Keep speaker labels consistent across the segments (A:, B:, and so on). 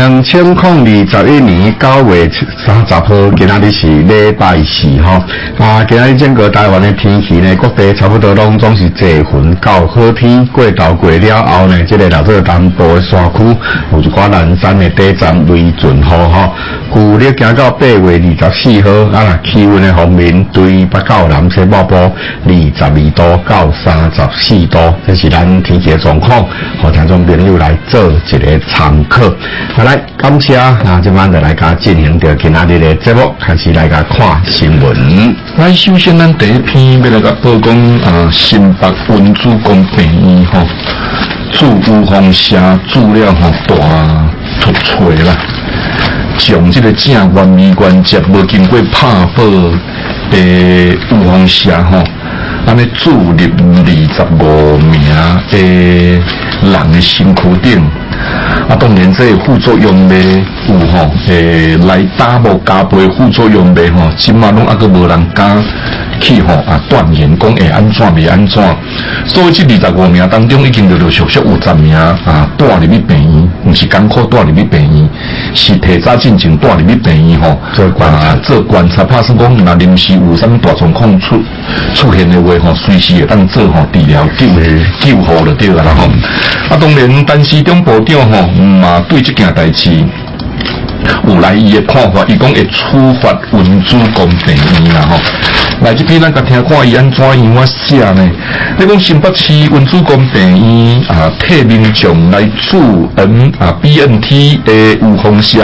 A: 2021年9月30號，今仔日是禮拜四吼。今仔日整個台灣的天氣呢，各地差不多攏總是濟雲到好天。過頭過了後呢，這個老早南部的山區有一寡南山的地站雷陣雨吼。舊曆行到8月24號，氣溫的方面，對北到南西北部22度到34度，這是咱天氣的狀況，和聽眾朋友來做一個參考。好，來感謝今晚就來甲進行到今仔日的節目，開始來甲看新聞。
B: 來，首先咱第一篇要來甲報講新北文主公病院吼，駐有方社資料吼大突出啦，將這個正原味原汁無經過拍保的有方社吼，安尼注入25名的人的身軀頂。當然這個副作用呢有吼，來打無加倍副作用的吼，即馬攏還閣無人敢去吼斷言講會安怎未安怎。所以這25名當中已經陸陸續續有10名帶入去病院，毋是艱苦帶入去病院，是提早進前帶入去病院吼做觀察，怕是講若臨時有啥物大狀況出現的話吼，隨時會當做吼治療救護就對啦吼。當然，陳時中部長吼嘛對這件代志有來伊的看法，伊講會處罰文主公病院啦吼。來這邊咱甲聽看伊安怎樣寫呢？你講新北市文主公病院替民眾來駐BNT 的有方社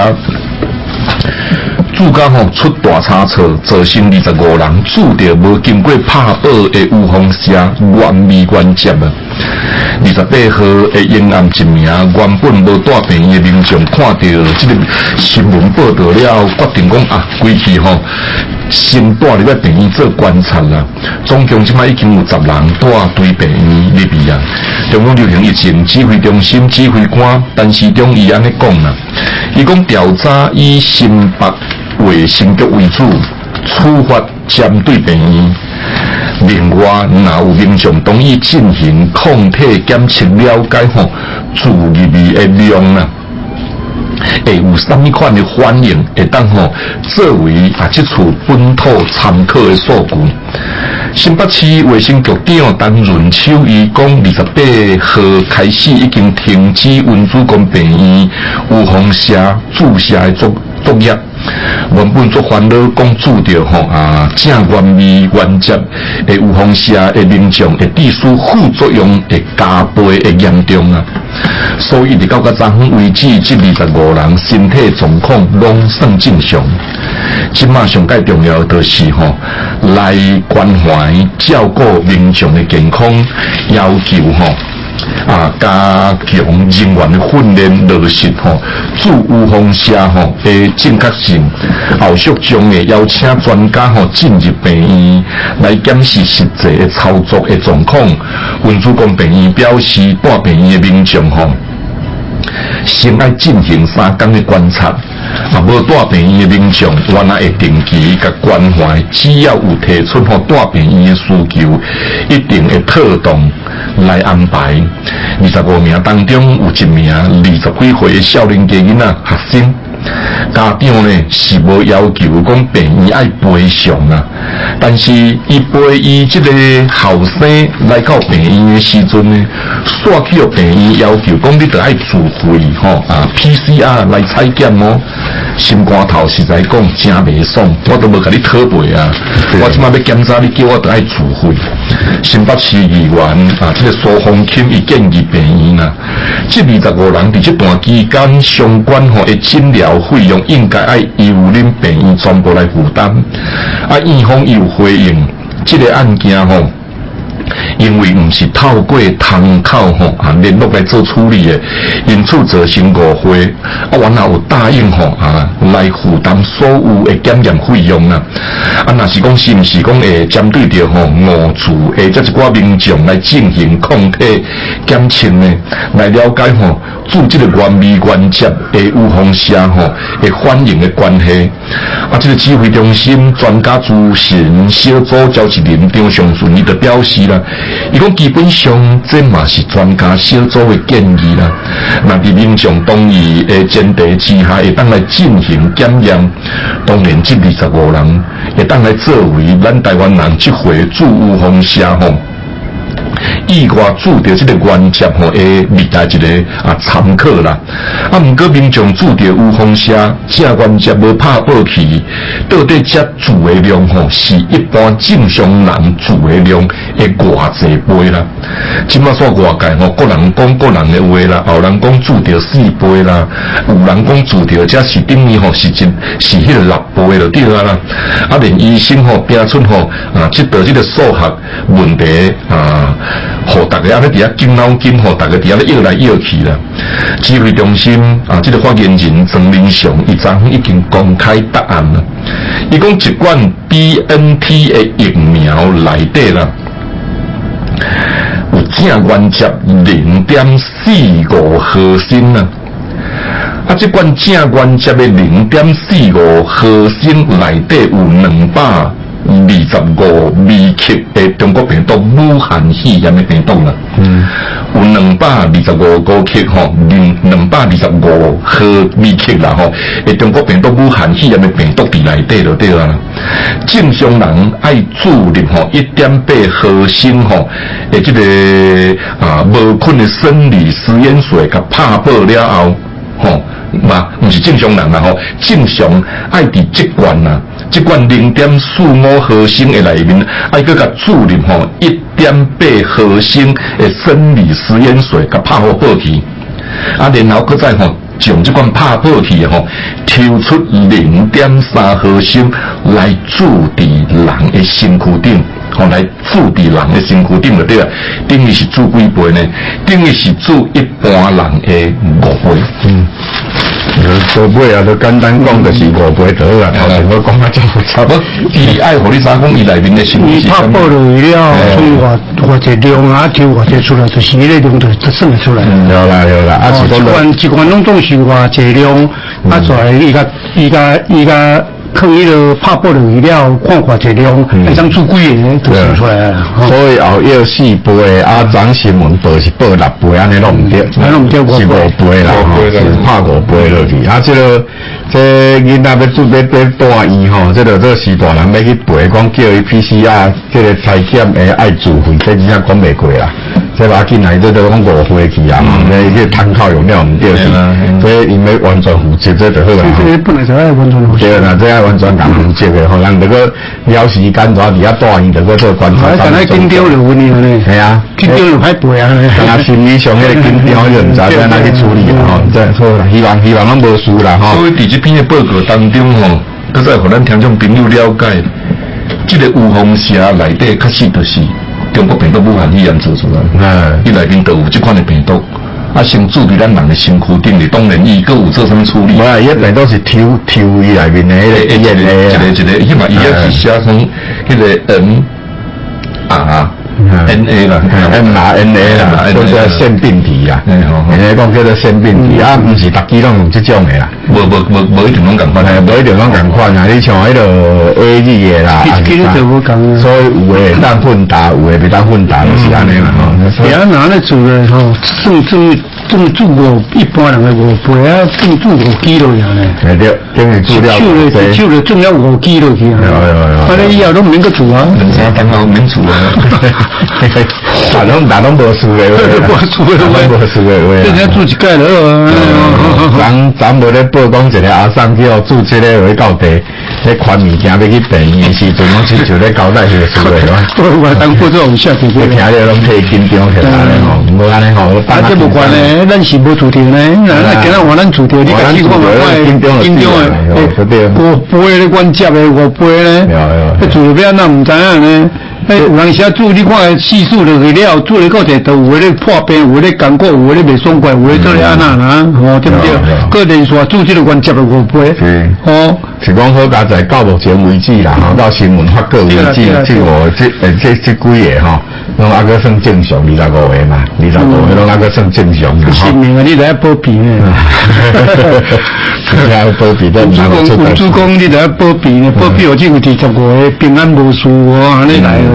B: 主角吼出大差錯，造成25人注着無經過拍保的有方社原味原汁啊！28號的沿岸一名原本無帶病院的民眾看到這個新聞報道了，決定講歸去吼先帶入去病院做觀察啦。總共即擺已經有10人帶對病院入去啊！中央流行疫情指揮中心指揮官陳時中伊安尼講啦，伊講調查以新北衛生局為主，處罰針對病院。另外，若有民眾同意進行抗體檢測了解吼，注入去的量啦，會有啥物款的反應，會當吼作為這處本土參考的數據。新北市衛生局長陳潤秋伊講，28號開始已經停止文主公病院有方社注射的作業。原本做煩惱講注着吼正原味原汁的有方社的民眾會致使副作用會加倍會嚴重啊！所以到昨昏為止，這25人身體狀況攏算正常。即馬上介重要就是吼來關懷照顧民眾的健康，要求吼加強人員的訓練落實吼，駐有方社吼的正確性。後續將會邀請專家吼進入病院來檢視實際的操作的狀況。文主公病院表示，帶病院的民眾吼先愛進行3天的觀察。無帶病院的民眾，原來會定期甲關懷，只要有提出吼帶病院的需求，一定會特動來安排。25名當中有1名20幾歲的少年家囡仔學生，家長呢是無要求講病院愛賠償啊，但是伊陪伊這個後生來到病院的時陣呢，煞去病院要求講你得愛自費吼PCR 來採檢哦。心肝頭實在講真袂爽，我都無甲你討賠啊！我即馬要檢查，你叫我得愛自費。新北市議員這個蘇豐欽伊建議病院啊，這25人佇這段期間相關的診療費用應該愛由恁病院全部來負擔。院方伊有回應，這個案件吼。因為唔是透過窗口聯絡來做處理的，因此造成誤會。原來有答應來負擔所有的檢驗費用啊。若是講是唔是講會針對着誤觸的這一寡民眾來進行抗體檢測呢？來了解注這個原味原汁的有方社的反應的關係。這個指揮中心專家諮詢小組召集人張尚順伊就表示啦。 伊讲基本上这嘛是专家小组的建议啦。那伫民众同意的前提之下，会当来进行检验。当然，这25人会当来作为咱台湾人这回驻乌风社吼。意外注着这个原则吼，诶，未来一个参考啦。毋过民众注着有风车，这原则无拍报去，到底这住的量吼是一般正常人住的量的偌济倍啦？即马说外界吼，个人讲个人的话啦，有人讲住着4倍啦，有人讲住着这是等于吼是迄个6倍就对啦。连医生吼拼出吼即道这个数学问题互大家咧伫遐紧脑筋，互大家伫遐咧摇来摇去啦。指挥中心这个发言人曾明祥伊昨已经公开答案啦。伊讲一罐 BNT 的疫苗内底啦，有正原则0.45毫升啦。这罐正原则的0.45毫升内底有225微克的中国病毒武汉肺炎的病毒啦，有225克吼，225毫微克啦吼，的中国病毒武汉肺炎的病毒伫内底就对啦。正常人爱注入吼1.8毫升吼的这个无菌的生理实验水，甲拍爆了后吼。嘛，毋是正常人啦吼，正常爱伫这罐啦，这罐0.45毫升的内面，爱搁甲注入吼1.8毫升的生理实验水，甲拍好报去，然后搁再吼将这罐拍报去吼，抽出0.3毫升来注伫人的身躯顶。来注伫人的身躯顶就对啊，等于是注几倍呢？等于是注一般人的5倍。
A: 5倍都简单讲就是5倍就好啊。头先我讲这复杂。
B: 伊爱互你三讲伊内面的成分是啥？
C: 拍爆落去了，所以偌济量抽偌济出来，就是迄个量就算得出来。
A: 有啦，
C: 一罐拢总是偌济量，出来伊甲。看迄个拍爆落去了，看偌济量，一张出几个就算出来了。
A: 所以后要4倍，张新闻报是报6倍，安尼拢毋对，是5倍啦，是拍5倍落去。这囡仔要住医吼，这是大人要去陪，讲叫伊 PCR， 这个采检的爱自费，这真正讲袂过啦。这把进来这都讲5岁去啊，这参考用了唔对去，所以因要完全负责这就好啦。
C: 这本来就爱完全负责。
A: 对啦，这爱完全讲负责的，互人这个了时间在伫遐大医，这个做观察。
C: 刚才紧张就问你了
A: 系啊，
C: 紧张就歹背啊。
A: 啊，心理上迄个紧张，就唔知怎样去处理啦吼。这好啦，希望拢无事啦吼。
B: 所以伫这篇的报告当中吼，搁再互咱听众朋友了解，这个有风社内底确实就是中国病毒武汉肺炎做出来，伊内面都有这款的病毒，先注伫咱人的身躯顶里，当然伊佫有做什么处理？
A: 无啊，伊病毒是抽伊内面的迄个
B: 一个，伊嘛伊也是写成迄个NA 啦
A: ，mRNA 啦，叫做腺病体啦，人家讲叫做腺病体啊，毋是逐支拢用这种的啦，
B: 无一定拢共款，
A: 无一定拢共款啊，你像迄个 A 字的啦，所以有的会当混搭，有的袂当混搭，就是安尼啦吼。
C: 别拿来做的吼，算做过一般人的5倍啊，算做5kg尔呢。
A: 对，等于做了
C: 一手就种了5 kg 去啊。有。反正以后拢免去做啊。
B: 人生当然免做啊。
A: 但拢无事的，无事的，
C: 人家做一届了。
A: 咱无咧报讲一个阿桑叫做这个为到地，咧款物件要去病院时阵，我就咧交代迄个事的哇。
C: 我当过这种下子，
A: 我听着拢替紧张起来咧吼，无安尼吼。
C: 这无关咧，咱是无做掉咧，咱今仔换咱做掉，你家己看看，紧张的，5倍咧，关节的5倍咧，做了要那唔知影咧。有人写做你看细数落去了，做了到者都有咧破病，有咧感觉，有咧袂爽快，有咧做咧安那啦，吼对不对？个连续做这个关节的5倍，吼。
A: 是讲好加在到目前为止啦，吼到新闻发布为止，这几个吼，拢还个算正常，25个嘛，25个拢还个算正常的
C: 吼。命啊，你来保庇呢？
A: 要保庇都唔能够出。
C: 主公，你来保庇呢？保庇我这个25个平安无事哦，安尼来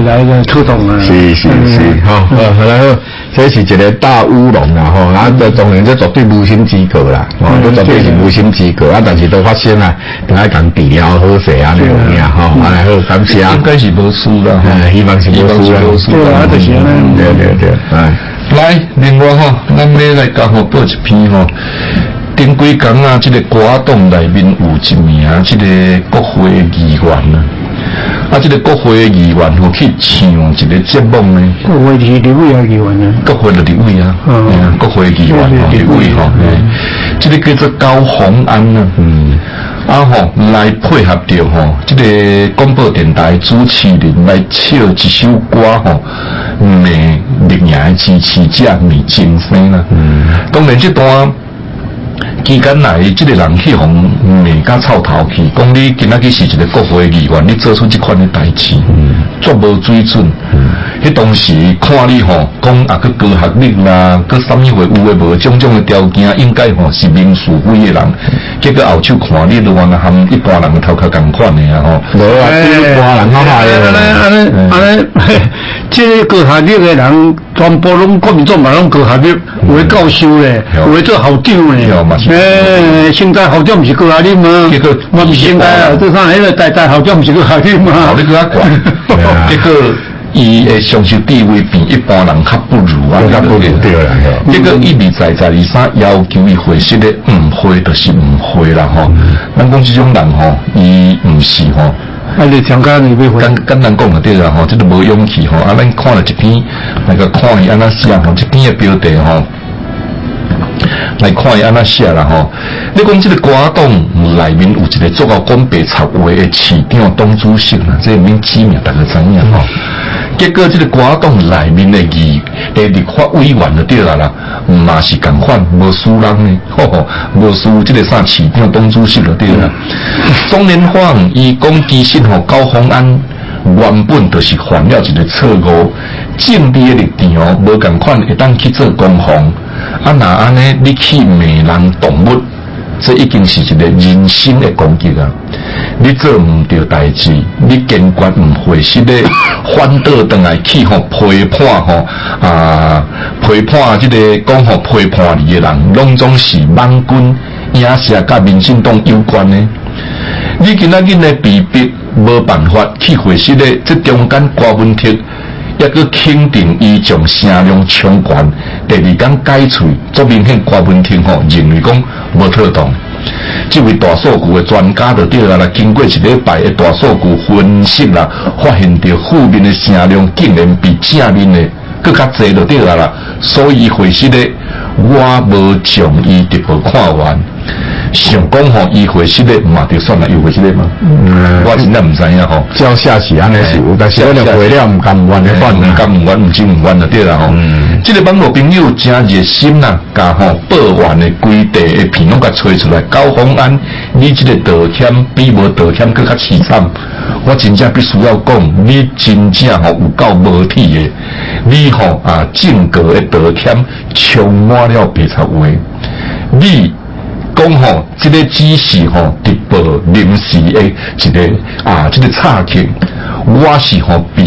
C: 来的推动啊。
A: 是哈，然后这是一个大乌龙啦吼，啊，当然这绝对无心之过啦，这绝对是无心之过啊，但是都发生啊，大家讲治疗好势啊，那种呀吼，啊，然后感谢。
B: 应该是无输啦，
A: 希望是无输啦，
C: 对啊，就是
A: 对，哎。
B: 来，另外吼，咱要来刚好报一篇吼。顶几工啊，这个国党内面有一名这个国会议员啊，这个国会议员吼去上一个节目呢。
C: 国会是立委啊，议员啊。
B: 国会的立委啊，国会议员吼，立委吼，这个叫做高虹安啊，来配合着吼，这个广播电台主持人来唱一首歌吼，美历年支持者美精神啦。当然这段。期间内，这个人去互骂甲臭头去，讲你今仔日是一个国会议员，你做出这款的代志，足无水准。迄当时看你吼，讲啊个高学历啦，个啥物会有诶无种种的条件，应该吼是名士非诶人。结果后手看你都完了，含一般人头壳共款诶啊吼。
A: 无啊，一般人好歹
C: 安尼，这个高学历诶人，全部拢国民党嘛拢高学历，有诶教授咧，有诶做校长咧。现在校长不是高学历吗？结果我不是现在啊，这上迄个大校长不是高学历吗？
B: 你给他管，结果伊诶享受地位比一般人较不如啊，
A: 较不如对啦。
B: 结果一而再再而三要求伊回息咧，回就是回啦吼。咱讲这种人吼，伊唔是吼。
C: 啊！你讲讲你要回？
B: 简单讲就对啦吼，这都无勇气吼。啊，咱看了一篇，那个看伊安那写吼，一篇诶标题吼。来看伊安那写啦吼，你讲这个国党内面有一个做到讲白插话的市长党主席啦，这免指名大家知影吼。结果这个国党内面的立法委员就对啦，嘛是共款，无输人呢，无输这个啥市长党主席就对啦。中联办伊讲其实吼高虹安原本就是犯了一个错误，政治的立场无共款会当去做攻防。啊，那安尼你去骂人动物，这已经是一个人身的攻击啊！你做唔对代志，你坚决唔回息咧，反倒回来去互批判吼批判这个讲互批判你的人，拢总是网军影射甲民进党有关的。你今仔日的被逼无办法去回息咧，这中间瓜问题。也个肯定伊将声量冲悬，第二天解除，足明显郭文婷吼认为讲无妥当。这位大数据的专家就对啦，经过一礼拜的大数据分析啦，发现到负面的声量竟然比正面的更较侪就对啦，所以回息咧，我无将伊直播看完。想讲吼，伊回息咧嘛，就算啦，有回息咧嘛。我真正唔知影吼。
A: 照下是安尼是有，但是可能回了唔甘唔愿的款，
B: 唔甘唔愿，唔真唔愿就对啦吼。这个网络朋友真热心啦，甲吼报完的规地的片拢甲吹出来。高虹安，你这个道歉比无道歉更较凄惨。我真正必须要讲，你真正吼有够无体的，你吼正格的道歉充满了白贼话，你。讲吼，这个只是吼直播临时的一个这个插曲，我是吼被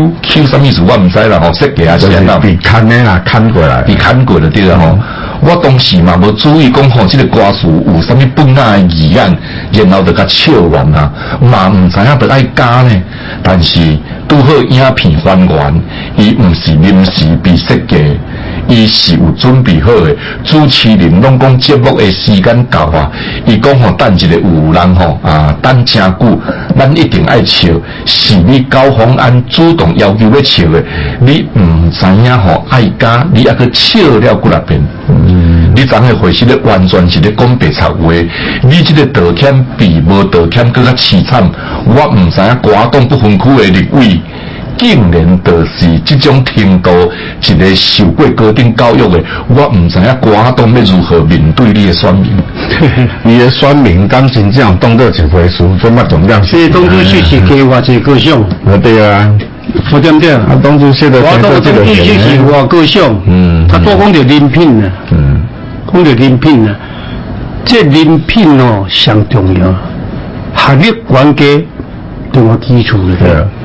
B: Q 什么意思我唔知啦吼，设计啊是啊，
A: 被砍的啦，砍过来，
B: 被砍过了对啦吼。我当时嘛无注意讲吼，这个歌词有什么本案的疑案，然后就甲笑完啦，嘛唔知影得爱加呢。但是拄好影片还原，伊唔是临时被设计。伊是有准备好的，主持人拢讲节目的时间到啊，伊讲吼等一个有人吼等真久，咱一定爱笑，是你高虹安主动要求要笑的，你唔知影吼爱加，你还去笑了几来遍，你怎会回事咧？完全是咧讲白贼话，你这个道歉比无道歉更加凄惨，我唔知影国党不分区的立委。竟然就是这种程度，一个受过高等教育的，我唔知影国党要如何面对你的选民。
A: 你的选民敢真正当作一回事，做乜重要？
C: 这党主席是给我这个想。
A: 对啊，
C: 我对不对？
A: 党主席的
C: 我党主席是我个想。他多讲着人品呢。讲着人品呢，这人品哦上重要，学历关系对我基础的。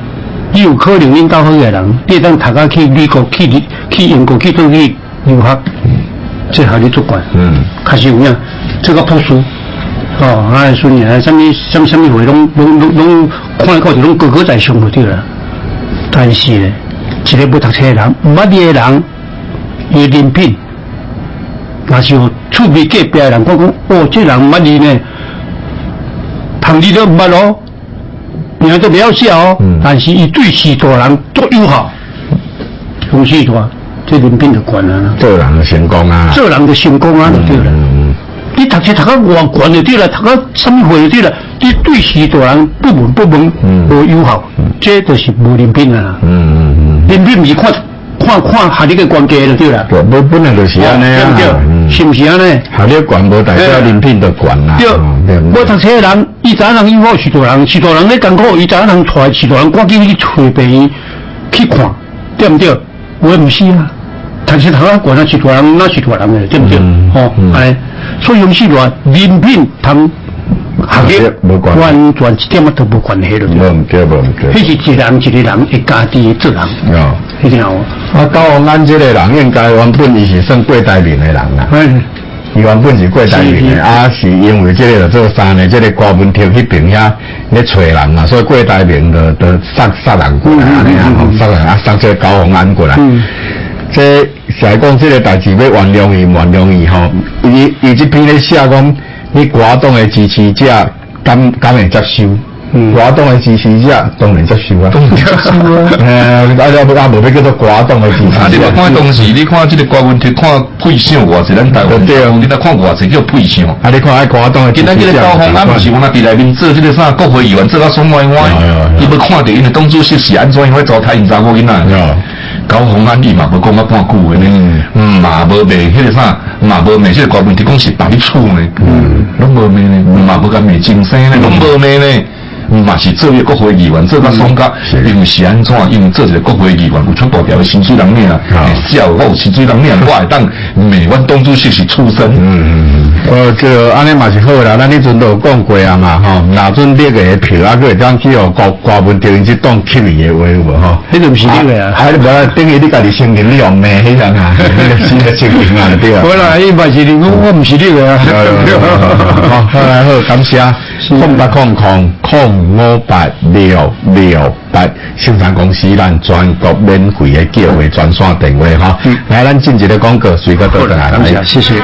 C: 你有可能恁教好个人，你当读啊去美国、去英国、去倒去留学，这下你做官。确实有影，这个朴素。哦，啊，孙女啊，什么话拢看到就拢高高在上就对了。但是呢，一个不读书的人，唔捌字的人，伊人品，若是有厝边隔壁的人讲哦，这人唔捌字呢，读字都唔捌咯，名都不要写哦。但是伊对许多人都友好，从许多这人品就悬了。
A: 做人的成功啊！
C: 做人的成功啊，就对了。你读书读到外悬就对了，读到什么话就对了。你对许多人不闻，无友好，这就是无人品啊。人品不是看下你个关系就对了。
A: 对，本来就是安尼啊，
C: 对不对？是不是安尼？
A: 下你悬无代表人品就悬啦。
C: 对，无读书的人，伊知影人友好许多人咧艰苦，伊知影人带许多人赶紧去找病院去看，对不对？我唔是啊。读书读啊，管那许多人，那许多人的，对不对？哎，所以用许多人品同学业完全一点都无关系了。
A: 无对。
C: 迄是一个人会家己做人。一定要。
A: 高虹安这个人，应该原本伊是算过台面的人啦。伊原本是过台面的，啊，是因为这个做啥呢？这个郭文婷迄边遐咧找人嘛，所以过台面的杀人过来安尼啊，杀人啊，杀这个高虹安过来。这是来讲这个代志要原谅伊吼，伊这篇咧写讲，你国党的支持者敢会接受？国党的支持者当然接受啊，
B: 接受啊。
A: 无要叫做国党的支持者。
B: 你话看当时，你看这个郭文婷看配相偌济，咱台湾你来看偌济叫配相。
A: 啊，你看爱国党的支持者。
B: 今仔日高虹安不是讲伫内面做这个啥国会议员做到爽歪歪，伊要看到因的党主席是安怎样糟蹋因查某囡仔。高虹安伊嘛无讲啊半句的呢，嘛无卖迄个啥，嘛无卖迄个郭文婷讲是白厝呢，拢无卖呢，嘛无甲卖精生呢，拢无卖呢。嘛是做一个国会议员，做到爽甲，因为是安怎？因为做一个国会议员有出大条的薪水人命啊，笑我有薪水人命，我会当骂阮党主席是畜生。
A: 这安尼嘛是好啦，咱迄阵都有讲过啊嘛，吼，哪阵列个票啊，个当去哦郭文婷去当起名的话有无吼？
C: 迄就毋是你个啊，
A: 还无等于你家己承认你用骂迄样啊，你个承认啊对啊。
C: 好啦，伊嘛是你，我毋是你个啊。
A: 好来好，感谢。0800586668，生产公司咱全国免费的叫货专线电话哈。来，咱进一个广告，随个倒转来。
C: 谢谢。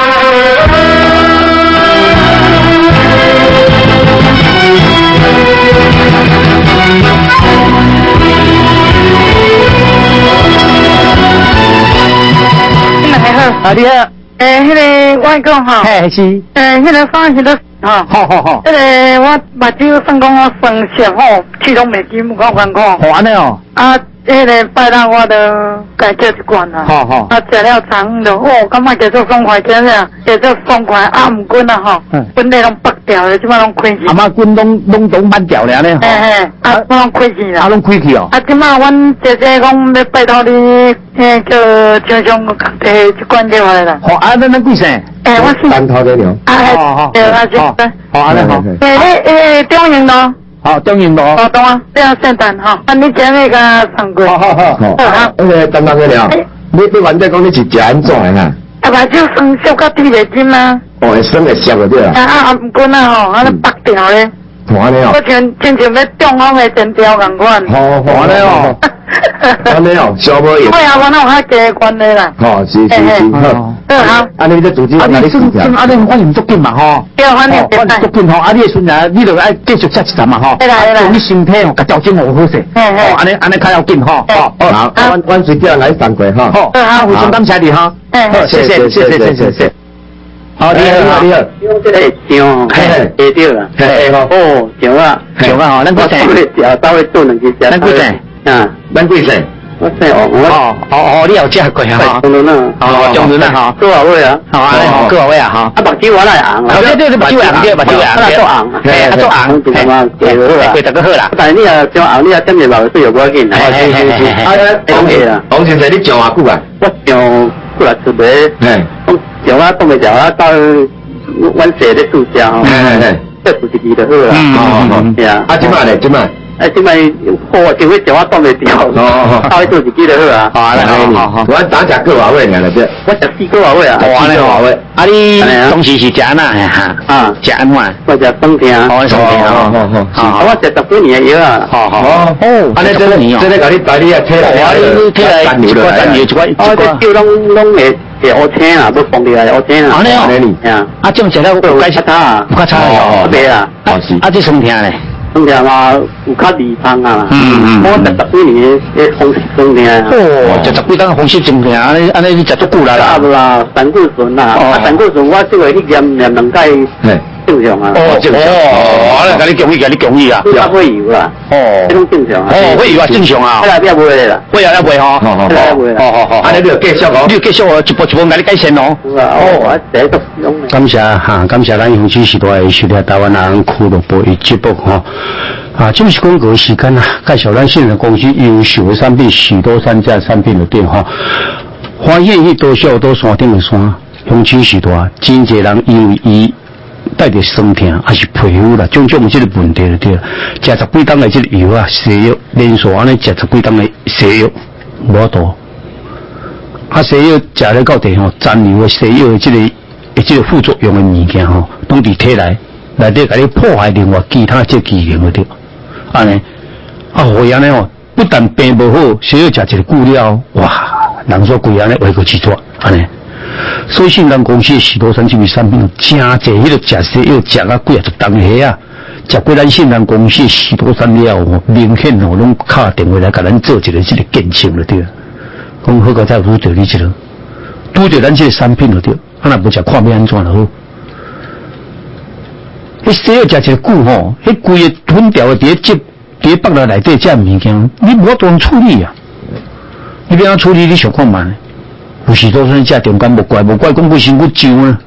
D: 啊，你好。迄个我讲吼，
C: 嘿是。
D: 迄个放迄个。好，迄个我目睭算讲我双舌吼，气拢袂紧，我看。
C: 好安尼哦。
D: 啊，迄个拜六我都该叫一罐啦。啊，食了肠就感觉叫做爽快，叫做爽快啊，毋滚啊吼。本来拢拔掉的，即摆拢开去。
C: 啊嘛，滚拢慢掉了呢。
D: 啊，我拢开去啦。
C: 啊，拢开去哦。
D: 啊，即摆阮姐姐讲要拜托你，叫厂商摕一罐给我啦。
C: 好，啊，咱几岁？
D: 我是
A: 单头的了。
D: 对啊，
C: 好，安尼好。
D: 中营咯。
C: 好，中营咯。
D: 懂啊，这样圣诞哈，啊，你讲那个上过。
C: 好。
A: 那个单头的了。你原在讲你是食安怎的呐？
D: 啊，把就生小个地袂紧啊。
A: 会生会烧的对啊。
D: 毋过啊吼，啊，拔掉咧。
A: 安尼哦。
D: 我亲像要中风的针条共款。
A: 好，安尼哦。安尼哦，小无用。
D: 对啊，我那有较加关的啦。
A: 是好。
D: 好。
A: 安尼你组织，
C: 啊，你孙安尼反正足紧嘛吼。
D: 对，反正
C: 足紧吼，啊，你的孙仔，你就爱继续吃一餐嘛吼。
D: 对啦。
C: 你身体吼，甲调整好势。安尼较要紧吼。
A: 好，阮随叫来上过哈。
C: 好，非常感谢你哈。好，谢谢。好，你好。
D: 用这个姜，下掉啦。哦，姜啊吼，咱几岁？稍微做两支食。
C: 咱几岁？
A: 咱几岁？
D: 我姓
C: 哦，你有食过哈？
D: 中仑啊，
C: 中仑啊哈。
D: 多少位啊？
C: 好啊，好，多少位啊哈？
D: 啊，目睭我来红。
C: 对，目睭红，目睭红，
D: 做红，做红，就嘛
C: 对，大家好啦。
D: 但係你啊，做紅，你啊點入落去有要緊。
C: 講
D: 嘢啦。
A: 王先生，你上偌久啊？
D: 我上過來出賣。上啊，當未上啊，到阮社咧住家吼。即係不是就好啦。
A: 係啊。啊，即擺咧，即擺。
E: 现在我就会叫我挡袂掉，到去做一支就好啊。
F: 好，我打食个话位来了这。
E: 我食4个话位啊。
F: 4个话位。
G: 啊，你当时是食哪啊？食安怎？
E: 我食松田。
G: 松田
E: 好，我食10几年的药啊。
G: 好。
F: 啊，你这个搞你带你啊，退来
G: 3年一块。
E: 哦，这酒拢会乌青啊，要放掉来乌青啊。
G: 安尼哦。啊，这样食了有解释他，有较差哦。
E: 对啊。
G: 啊，这松田咧。
E: 松田嘛，有较利芳啊。我食10几年的风湿松田。
G: 哦，食10几档风湿松田，安尼你食足久啦。
E: 差不啦，胆固醇啦。胆固醇我这个去验2届。正常啊！
G: 正常我来甲你建议啊！
E: 不要会有啦！这种正常啊！
G: 会有啊，正常啊！
E: 后来不要买啦！
G: 会啊，要买吼！
E: 好，
G: 啊，你要继续哦！你要继续哦，一步一步甲你改善哦！
C: 感谢哈，感谢咱永吉时代收听台湾人俱乐部的节目哈。啊，这是广告时间啦，介绍咱信任公司优秀的产品，许多3家产品的店哈。发现去多少多山顶的山，永吉时代真侪人因为伊。带着酸痛还是皮肤啦，种种这个问题就对了。食10几档的这个药啊，西药连续安尼食10几档的西药，无多。啊，西药食了到底吼，残留的西药的这个副作用的物件吼，拢伫体内底甲你破坏另外其他这机能就对。安尼啊，会安尼吼，不但病无好，西药食一个久了，哇，人说规安尼回过去做安尼。所以信任公司的许多产这类产品，真侪迄个食西药食啊几啊10档下啊，食过咱信任公司的许多产了后，明显哦，拢敲电话来甲咱做一个这个鉴证了对。讲好个再拄着你这个，拄着咱这个产品了对，啊那不食看要安怎了好？迄西药食一个久吼，迄规个吞掉的伫腹内内底这物件，你无法度处理啊！你要安处理？你想看慢。有许多人食中间无怪讲规身躯痒啦，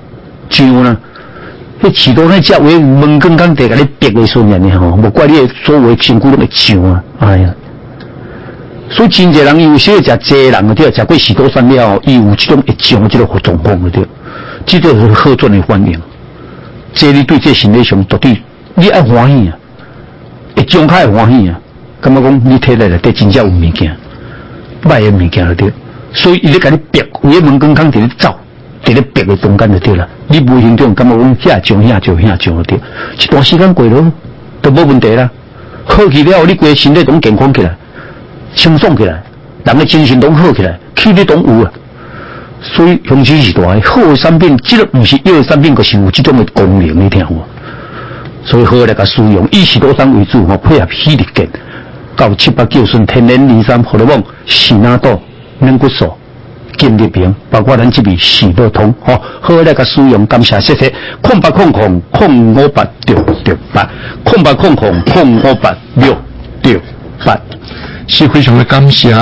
C: 迄许多人食为门刚刚地甲你逼的时候呢吼，无怪你所有身躯拢会痒啊，哎呀！所以真侪人有些食济人个对，食过许多山了，伊有这种会痒这个状况个对，这个是好转的反应。这你对这身体上绝对你爱欢喜啊，会痒开欢喜啊，感觉讲你体内底真正有物件，歹的物件了对。所以伊咧甲你逼，有迄门刚刚伫咧走，伫咧逼的中间就对了。你无形中感觉讲遐就对，一段时间过了，都无问题啦。好起了，你规个身体拢健康起来，轻松起来，人的精神拢好起来，气力拢有啊。所以雄起是大的好的产品，这个不是药的产品，就是有这种的功能，你听有无？所以好来甲使用，以许多酸为主，配合硒力碱，到7、8、9顺天然磷酸荷尔蒙、洗纳豆。软骨素、健力平，包括咱这边喜乐通，好来个使用，感谢谢谢。0800-668-0800-668，
B: 是非常的感谢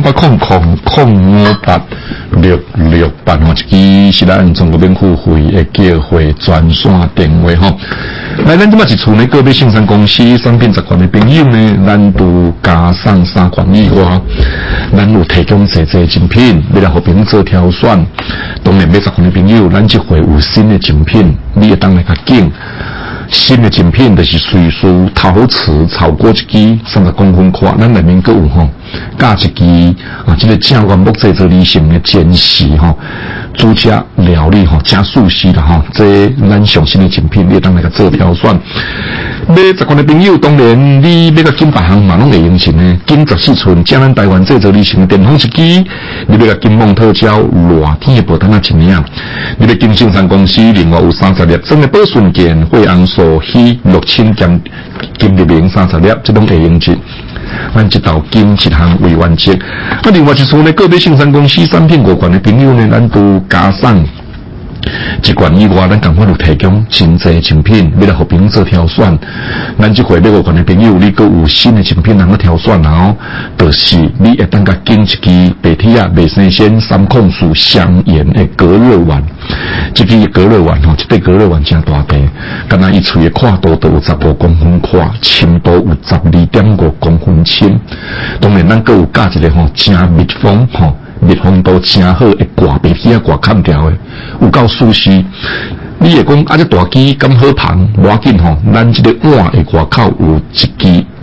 B: 0800-058-668哦，一支是咱中国免付费的叫会专线电话吼。来，咱即马是厝内个别生产公司产品集团的朋友呢，咱都加上3款以外，咱有提供侪精品，为了互朋友做挑选。当然，买集团的朋友，咱即回有新的精品，你会当来较紧。新的精品就是随书陶瓷超过1支30公分宽，咱内面阁有吼加1支啊，这个正原木制作而成的煎食吼，煮食料理吼加素食啦吼，这咱上新的精品，你当来个做挑选。买集团的朋友，当然你要个金百行嘛，拢会用钱呢。金14寸，将咱台湾制作而成的电风1支，你要个金梦特胶热天的保单啊1领，你要金生产公司另外有30粒真的保顺件惠昂素硒6000减金立明30粒，这种会用钱。咱一道金一项为完结。啊，另外一处呢，个别生产公司产品5款的朋友呢，咱都加上。一罐以外，咱赶快就提供真侪精品，为了互朋友做挑选。咱这回买5款的朋友，你阁有新的精品能够挑选哦。就是你会当甲拣1支白铁啊、美生鲜3控素香盐的隔热丸。这支隔热丸吼，这对隔热丸真大块，敢若伊喙的宽度都有15公分宽，深度有12.5公分深。当然，咱阁有加一个吼真密封吼。密封度真好，会挂白铁啊，挂砍掉的，有够舒适。你会讲啊，这大机咁好捧，无要紧吼，咱这个碗的外口有1支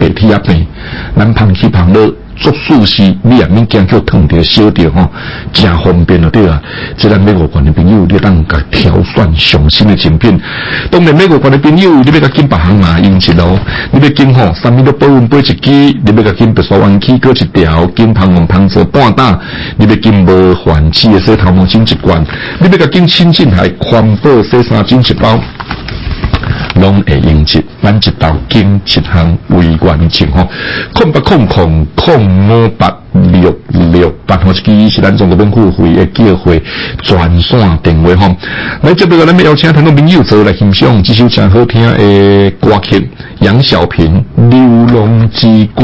B: 白体啊病，咱捧起捧落。做事时，你也免惊叫烫着、烧着吼，真方便就对啊。即咱美国关的朋友，你当甲挑选上新的精品。当然，美国关的朋友，你要甲金别行嘛，用一路。你要金吼，啥物都保温杯一支，你要甲金白沙湾起搁一条，金香红香做半打，你要金无换气的洗头毛巾一罐，你要甲金清净海环保洗衫巾一包。拢会用一，咱一道经一项为原情吼，0800058668吼，这是咱中国本付费的叫会专线电话吼。来接下来咱要邀请听众朋友做来欣赏这首真好听的歌曲，杨小萍《流浪之歌》。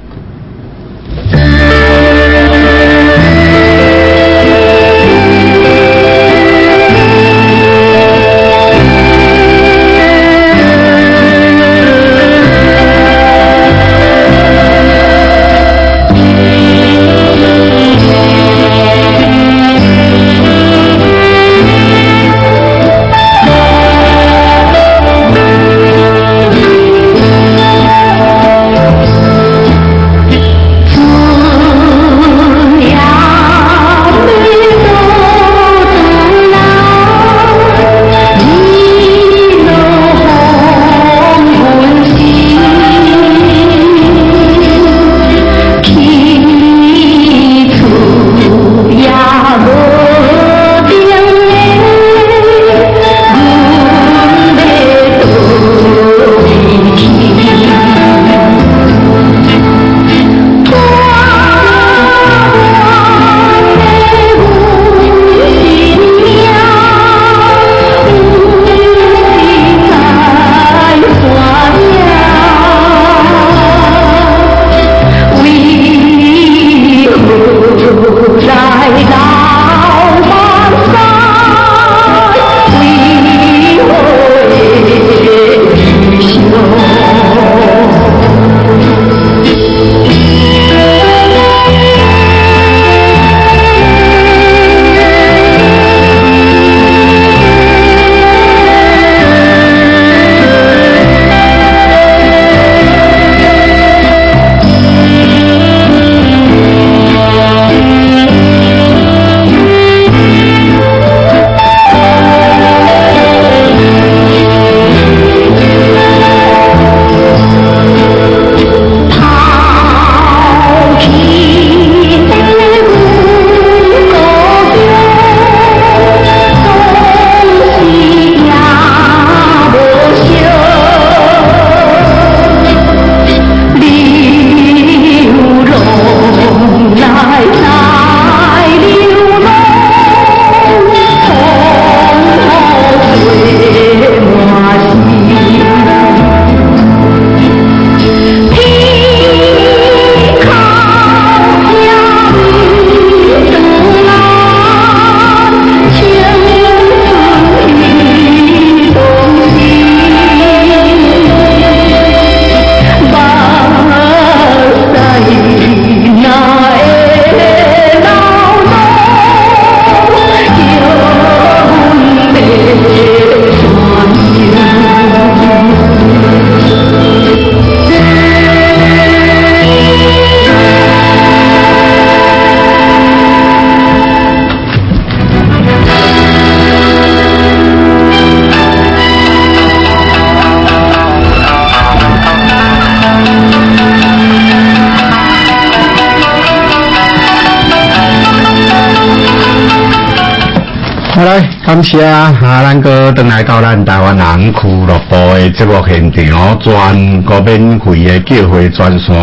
A: 感谢咱个转来到咱台湾人俱乐部的节目现场，全国免费的叫会专线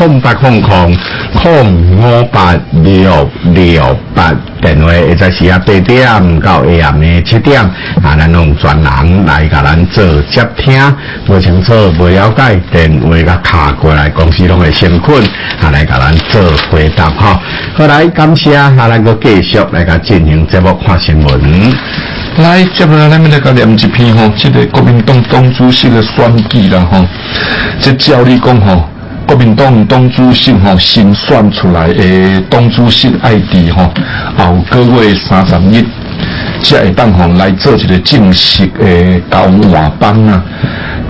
A: 0800058668电话，会在时8点到下暗的7点，咱用专人来甲咱做接听，不清楚、不了解，电话甲打过来，公司拢会先困，来甲咱做回答哈。好来，感谢咱个继续来甲进行节目看新闻。
B: 来，接下来咱们来甲念一篇吼，这个国民党党主席的选举啦吼。这照理讲吼，国民党党主席吼新选出来的党主席爱伫吼后个月31，才会当吼来做一个正式的交换班啊。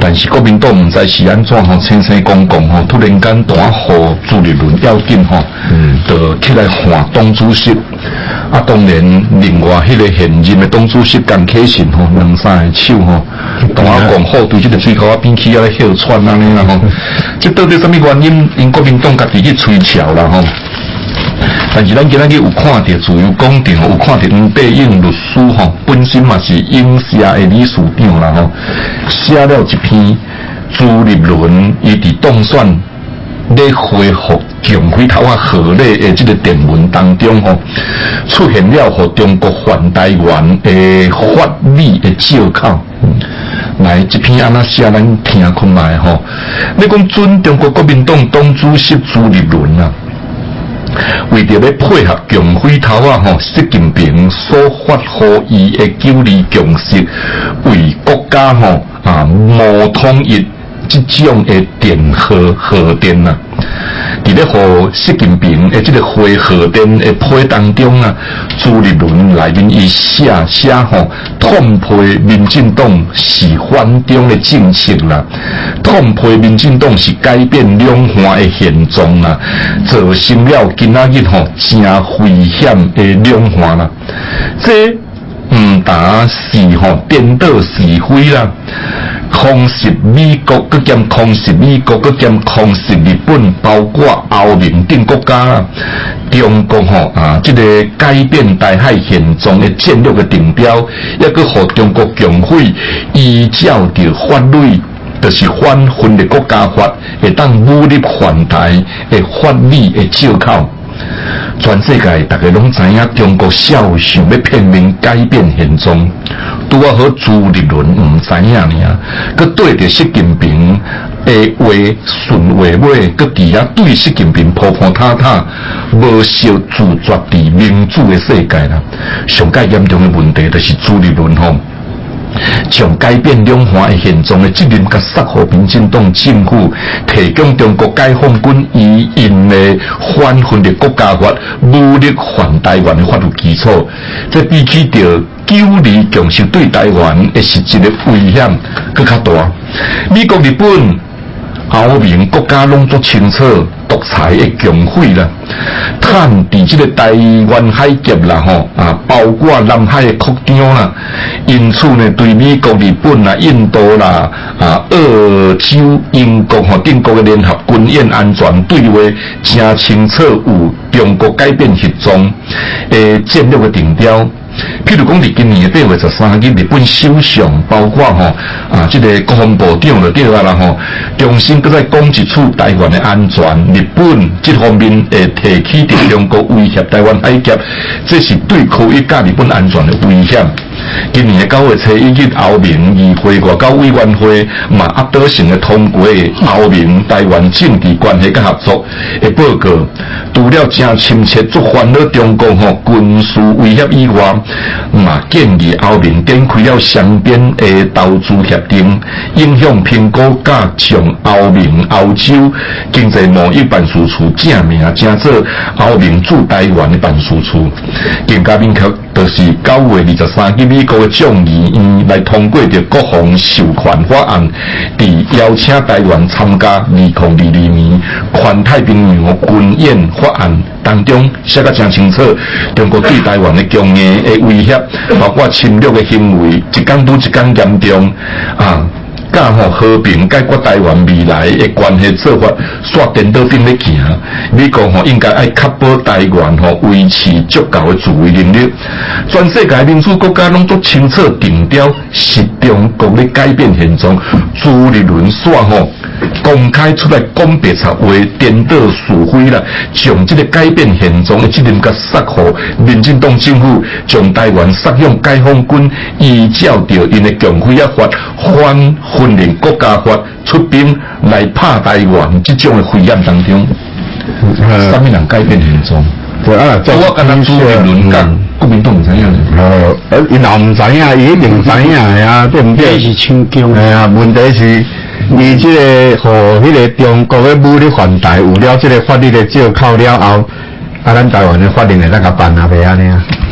B: 但是国民党唔知是安怎吼，清清公公吼，突然间大呼朱立伦要紧吼，就起来喊党主席。啊，当然，另外迄个现任的党主席江启臣吼，两三个手吼，大讲好对这个水沟啊边起啊咧哮喘安尼啦吼。这到底什么原因？因国民党家己去吹哨啦吼。但是咱今仔日有看到自由公电，有看到黄伯英律师吼，本身嘛是影社的理事长啦吼，写了一篇朱立伦伊伫当选咧恢复强辉头啊贺礼的这个电文当中吼，出现了和中国环台湾的法理的借口。来，这篇安那写咱听看卖吼，你讲准中国国民党党主席朱立伦啊。为着要配合强辉头啊吼，习近平所发予伊的九二共识，为国家吼谋统一这种的电核电啊，伫咧互习近平的这个核电的批当中啊，朱立伦内面伊写吼，痛批民进党是反中的政策啦，痛批民进党是改变两岸的现状啦，造成了今仔日吼真危险的两岸啦，这唔单是吼颠倒是非啦。控制美国，佮兼控制美国，佮兼控制日本，包括欧盟等国家啦。中国吼这个改变台海现状的战略的定标，也佮互中国强会依照着法律，就是反分裂国家法，会当武力犯台的法理的借口。全世界大家拢知影，中国小想要片面改变现状，拄啊好朱立伦唔知影尔，佮对着习近平的话顺话尾，佮伫遐对习近平破破塌塌，无少自绝伫民主的世界啦。上界严重的问题就是朱立伦吼。将改变两岸的现状的责任，甲撒互民进党政府，提供中国解放军以因的反分裂国家法、武力犯台湾的法律基础，这比起着九二共识对台湾的实质的危险更较大。美国、日本、欧盟国家拢足清楚独裁的强会啦，探伫这个台湾海峡啦吼包括南海的扩张啦，因此呢，对美国、日本啦、印度啦澳洲、英国和等国的联合军演安全对话，真清楚有中国改变现状的战略的定调。譬如讲，伫今年的8月13日，日本首相包括这个国防部长就对啦吼，重新搁再讲一次台湾的安全，日本这方面会提起对中国威胁台湾海峡，这是对科一甲日本安全的危险。今年的9月7日，欧盟议会外交委员会嘛压倒性的通过欧盟台湾政治关系甲合作的报告，除了真深切触犯了中国军事威胁以外，嘛建议欧盟展开了双边的投资协定，影响评估甲将欧盟欧洲经济贸易办事处正名正做欧盟驻台湾的办事处。更加明确，就是9月23日，美国的众议院来通过着国防授权法案，伫邀请台湾参加2022年环太平洋军演法案当中写得真清楚，中国对台湾的强硬的威胁，包括侵略的行为，一天拄一天严重甲和平解决台湾未来的关系做法煞颠倒顶咧行。美国应该爱确保台湾维持足够的自卫能力。全世界民主国家拢足清楚定调，是中国咧改变现状。朱立伦煞公开出来讲白贼话，颠倒是非啦，将这个改变现状的责任甲撒互民进党政府，将台湾撒向解放军，依照着因的强会法反分裂国家法出兵来拍台湾这种的危险当中，什么人改变现状？我跟他朱立伦讲，国民党唔知影咧。
A: 因若唔知影，伊一定知影呀，对唔对？
C: 是清强。
A: 问题是，伊这个和迄个中国的武力犯台有了这个法律的借口了后，咱台湾的法令会当甲办啊，袂安尼啊？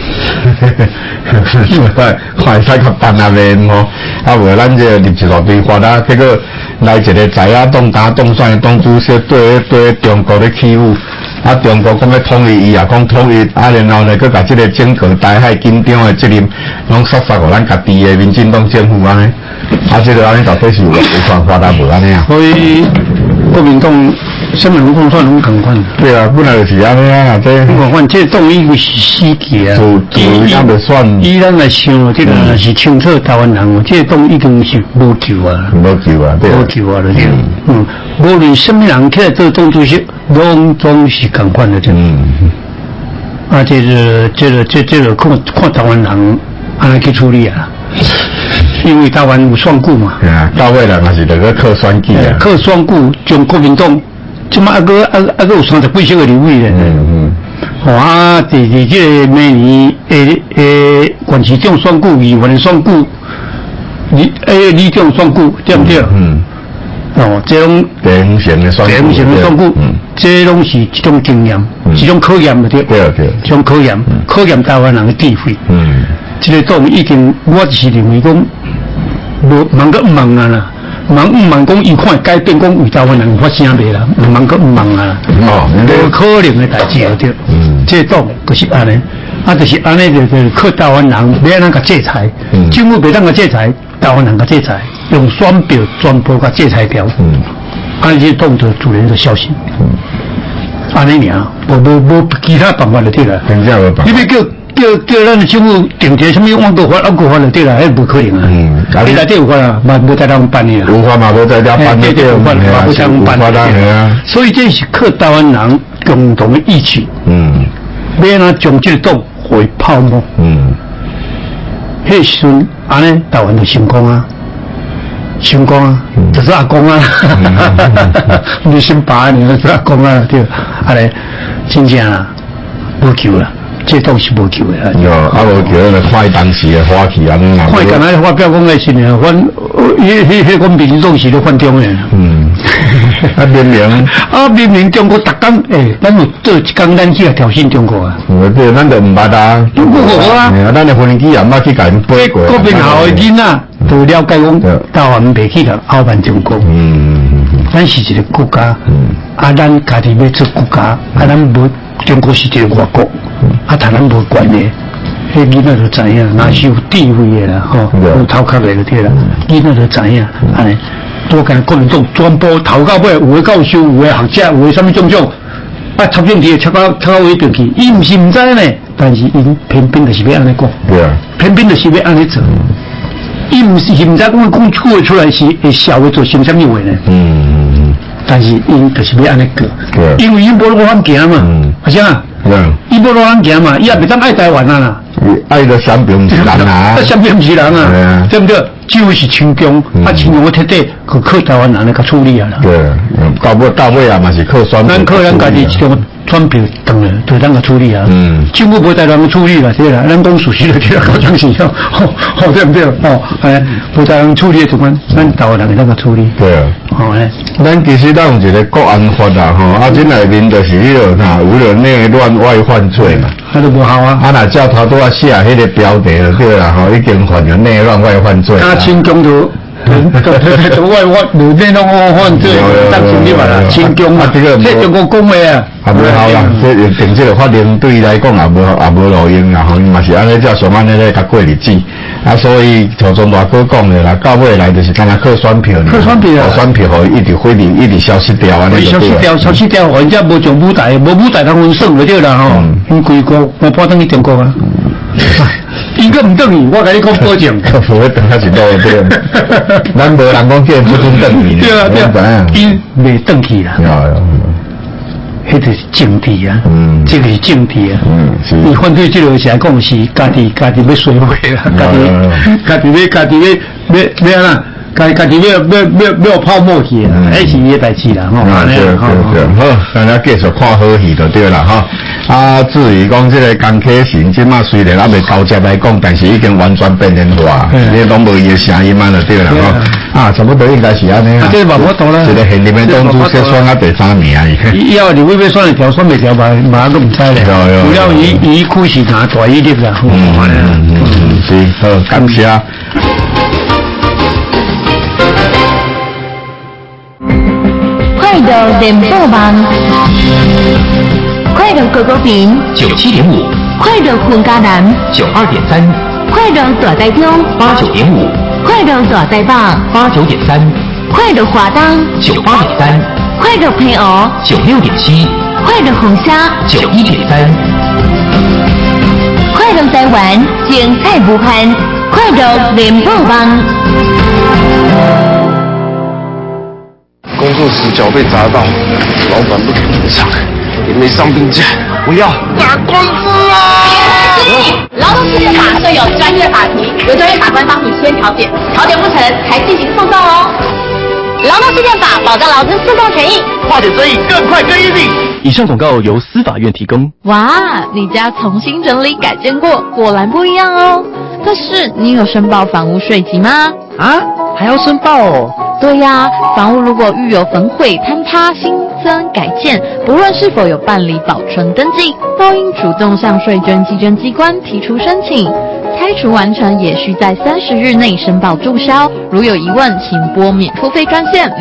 A: 快使较办啊面吼，啊无咱这入一大堆发达，结果来一个财啊动打动算动主说对中国咧欺负，啊中国讲要统一伊也讲统一，啊然后呢，佮甲这个整个台海紧张的责任，拢撒互咱家己的民进党政府安尼，啊这个安尼到底是有算发达无安尼啊？
C: 所以国民党。什么拢算拢共款。
A: 对啊，本来就是安尼啊，这
C: 共款，这动一个是死期啊。
A: 伊咱就算。
C: 伊咱来想，这个是清楚台湾人，这动已经是无救啊。
A: 无救啊，对。
C: 无救啊，对。无论什么人起来做动作是，拢总是共款的这。啊，这个看台湾人安尼去处理啊。因为台湾有选举嘛。
A: 到尾来嘛是那个靠选举啊。
C: 靠选举将国民党。即马个有30几席个立委咧，啊，伫即个明年县市长选举、议员选举、里长选举，对不对？哦，这种
A: 典型的选
C: 举，这拢是一种经验，一种考验的对。
A: 对。
C: 一种考验台湾人的智慧。这个党已经，我就是认为讲，无忙个忙啊啦。忙讲伊看改变，讲为台湾人发声袂啦，忙个忙啊，无可能的代志了对。这党就是安尼，啊，就是安尼就靠台湾人要安怎甲制裁，政府袂当甲制裁，台湾人甲制裁，用选票全部甲制裁掉。安尼这党就自然就消息。安尼尔，无其他办法就对啦。你要叫咱政府定一个什么万国法、安国法就对啦，迄无可能啊。你内底有法啊，嘛无在当办的啦。
A: 有法嘛无在当办的，
C: 对，有法嘛无在当办的。所以这是靠台湾人共同的意志。要哪将这个党回泡沫。迄时阵安尼台湾就成功啊，成功啊，就是阿公啊，你先把你就是阿公啊，对，安尼真正啦，无救啦。这都是无救的啊！
A: 无救了，看当时的花期安尼啦。
C: 看刚才发表讲的是呢，阮民进党是咧反中的。明明中国逐工咱有做一工，咱去挑衅中国啊。
A: 对，咱就唔捌啊。中国啊，咱的飞机也唔捌去甲因飞过。
C: 国民校的囡仔都了解讲，台湾袂去甲傲慢中国。咱是一个国家，咱家己要做国家，咱无中国是一个外国。谈咱无关的，迄囡仔就知影，那是有地位的啦，有头壳的就对啦。囡仔就知影，安尼，多间国民党全部头到尾，有的教授，有的学者，有的什么种种，插政治插到尾边去，伊毋是毋知呢，但是伊偏偏就是要安尼讲，偏偏就是要安尼做。伊毋是毋知讲句出来是会笑会做成什么话呢？但是因就是要安尼过，因为因无路通行嘛，好像啊。伊无路通行嘛，伊也袂当爱台湾啊啦。
A: 爱个商品是人啊，
C: 商品是人啊，对不对？就是亲中，亲中我彻底去靠台湾人来甲处理啊啦。
A: 对，到尾啊嘛是靠选票。
C: 咱靠咱家己一种选票当然对咱甲处理啊。政府无台湾处理啦，对啦，咱讲属实的对啦，好像是哦，对不对？无台湾处理的情况，咱台湾人会当甲处理。
A: 对啊。咱其实咱有一个国安法啦，这内面就是迄个有了内乱外犯罪嘛。
C: 那都无效啊！
A: 若照头拄写迄个标题就对啦，已经犯了内乱外犯罪。
C: 亲中就外内乱外犯罪，当成你话啦，亲中啊，这中国讲的啊，
A: 也无效啦。这定这个法令对伊来讲也无路用啦，伊嘛是安尼照上安尼咧甲过日子。所以从中大哥讲的啦，到尾来就是干那靠选票，选票互一直毁掉，一直消失掉安尼就对了。
C: 消失掉，人家无上舞台，无舞台通阮耍就对啦吼。因规国我搬转去中国啊，伊个唔等去，我甲你讲保证。
A: 无会等下是多对。咱无人讲叫不准等去。
C: 对啊，因未等去啦。迄就是政治啊，这个是政治啊。你反对这个是来讲是家己要衰毁啦，家己要安啦，家己要泡沫去啦，迄是伊个代志啦，吼。
A: 对，好，大家继续看好戏就对啦，哈。 至于讲这个江启臣，即马虽然还未交接来讲，但是已经完全变人化，你拢无伊的声音嘛就对啦吼。差不多应该是安尼啊。这嘛无多啦。一个现任的党主席选第3名。
C: 以后立委要选一条，选未条嘛都唔知咧。除了伊खु是拿大一粒啦。
A: 是好，感谢。
H: 快乐联播网，快乐哥哥屏
I: 97.5，
H: 快乐混家南
I: 92.3，
H: 快乐大台中
I: 89.5，
H: 快乐大台北
I: 89.3，
H: 快乐华东
I: 98.3，
H: 快乐平湖
I: 96.7，
H: 快乐红虾
I: 91.3，
H: 快乐台湾精彩无限，快乐联播网。
J: 工作时脚被砸到，老板不给赔偿，也没伤病假，不要打官司啊！
K: 劳动事件法设有专业法庭，由专业法官帮你签调解，调解不成才进行诉讼哦。劳动事件法保障劳资诉讼权益，
J: 化解争议更快更严厉。
I: 以上广告由司法院提供。
L: 哇，你家重新整理改建过，果然不一样哦。但是你有申报房屋税籍吗？
I: 啊，还要申报哦？
L: 对呀，房屋如果遇有焚毁、坍塌、新增、改建，不论是否有办理保存登记，都应主动向税捐稽征机关提出申请。拆除完成也需在30日内申报注销。如有疑问，请拨免付费专线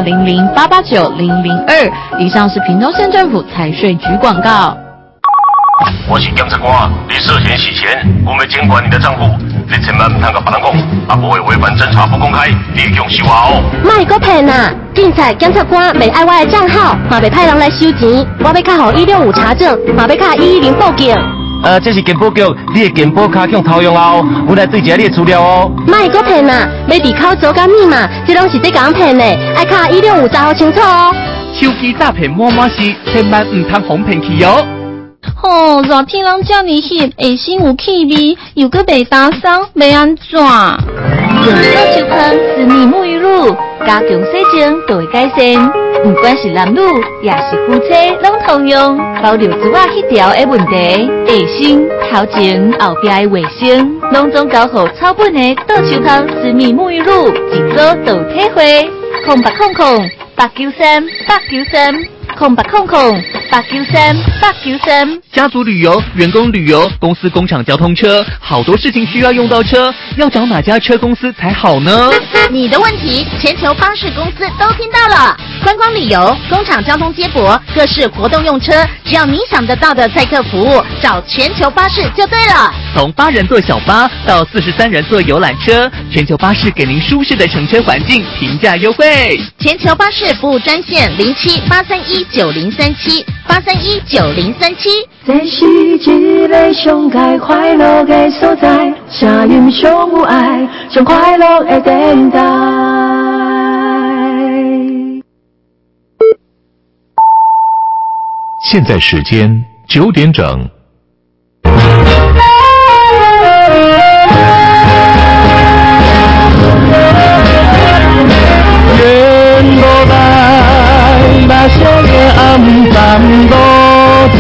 L: 0800889002。以上是屏东县政府财税局广告。
M: 我是检察官，你涉嫌洗钱，我们监管你的账户，你千万唔通甲别人讲，不会违反侦查不公开，你会用收啊哦。
K: 卖个骗啊！警察、检察官袂爱我的账号，嘛袂派人来收钱，我要较好165查证，嘛要较110报警。
I: 这是健保局，你的健保卡用偷用后，我来对一下你的资料哦。
K: 卖个骗啊！要离口组甲密码，这拢是在讲骗的，爱靠165查好清楚哦。
I: 手机诈骗满满是，千万唔通哄骗去哦。
N: 热天人遮尔热，下身有气味，又搁袂打扫，要安怎？
H: 用热手喷私密沐浴露，加强洗净就会改善。不管是男女也是夫妻，拢通用，包尿珠啊迄条的问题，下身、头前、后壁的卫生，拢总交互草本的热手喷私密沐浴露，一组就有体会。0800-893-893。
I: 家族旅游、员工旅游、公司工厂交通车，好多事情需要用到车，要找哪家车公司才好呢？
K: 你的问题，全球巴士公司都听到了。观光旅游、工厂交通接驳、各式活动用车，只要你想得到的载客服务，找全球巴士就对了。
I: 从8人座小巴到43人座游览车，全球巴士给您舒适的乘车环境，平价优惠。
K: 全球巴士服务专线07-831-9037，831-9037。
O: 这是一个上界快乐的所在，声音上有爱，上快乐的电台。
P: 现在时间9点整。
O: 沿路来，目睭的暗淡路子，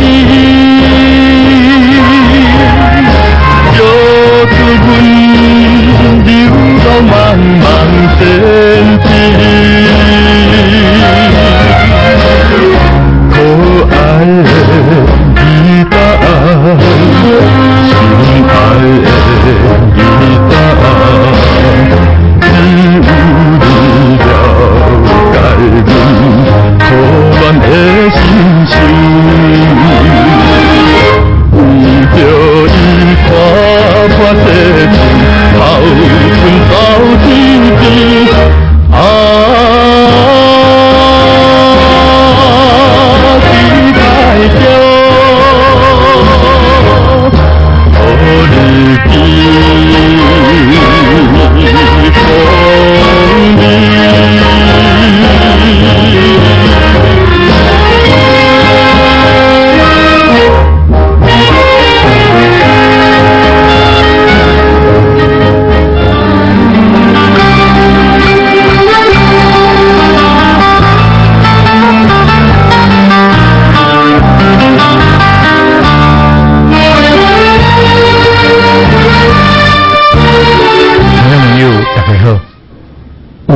O: 约出阮流浪茫茫天际。可爱的吉他，心爱的吉他，只有你了解阮错乱的心情。为着伊看破世情，头寸走天边。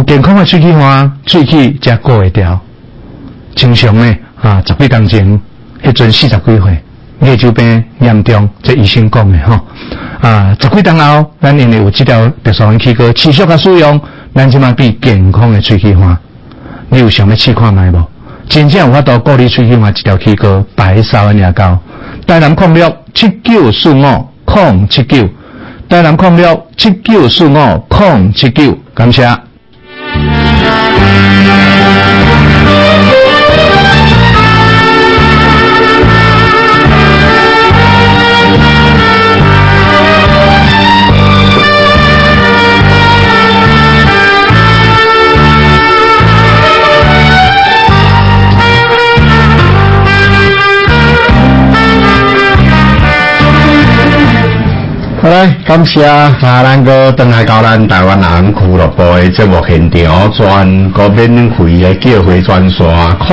C: 健康的喙齿花，喙齿才顾会掉。正常呢，10几年前，迄阵40几岁，牙周病严重，这医生讲的吼。10几年后，咱因为有这条特殊的齿膏持续的使用，咱即马变健康的喙齿花。你有想要试看卖无？真正有法度鼓励喙齿花一条齿膏白烧的牙膏。台南0679450079，台南0679450079，感谢。
A: 好嘞，感谢咱个登来到咱台湾人俱乐部的节目现场，全国免费的叫回专线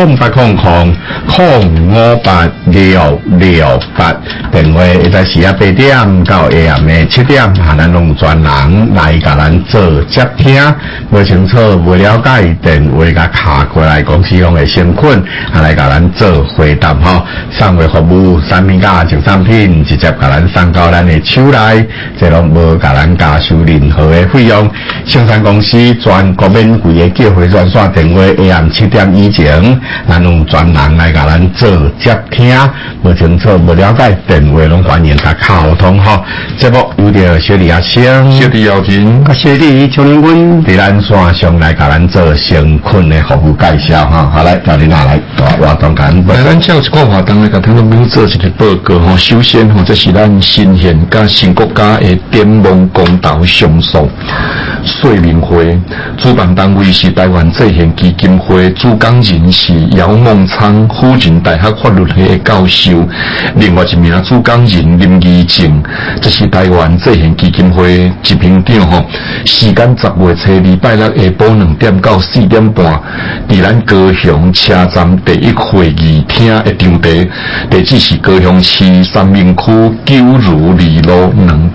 A: 0800058668，电话会在时8点到下暗的7点，咱拢有专人来甲咱做接听。不清楚、不了解，电话甲卡过来，公司用的身份来甲咱做回答吼。送货服务、产品甲净产品，直接甲咱送到咱的手内。这拢无甲咱加收任何的费用。生产公司全国免费的叫回专线电话，下暗7点以前，咱用专人来甲咱做接听。无清楚、无了解，电话拢欢迎甲沟通吼。节目有着小李阿生、
B: 小李姚琴、
C: 小李邱连军，
A: 伫咱线上来甲咱做成困的服务介绍哈。好来，交你拿来，活动感。
B: 咱照一个活动来甲听众朋友做一个报告吼。首先吼，这是咱新县甲新国家的展望公道上诉说明会，主办单位是台湾制宪基金会，主讲人是姚孟昌，辅仁大学法律系的教授。另外一名主讲人林义正，这是台湾制宪基金会执行长吼。时间10月初2拜六下晡2点到4点半，伫咱高雄车站第1会议厅的场地，地址是高雄市三民区9如2路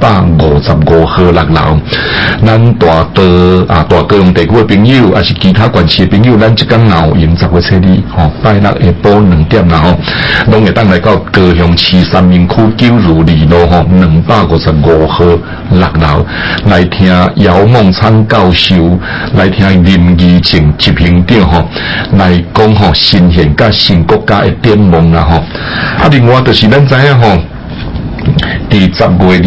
B: 255号6楼。咱大高雄地区的朋友，也是其他县市的朋友，咱即天后用10月初2拜六下晡2点啦吼，拢会当来到高雄市三民区9如2路255号6楼来听姚孟昌教授，来听林义正执行长吼来讲吼新宪甲新国家的展望啦吼。另外就是咱知影吼。伫10月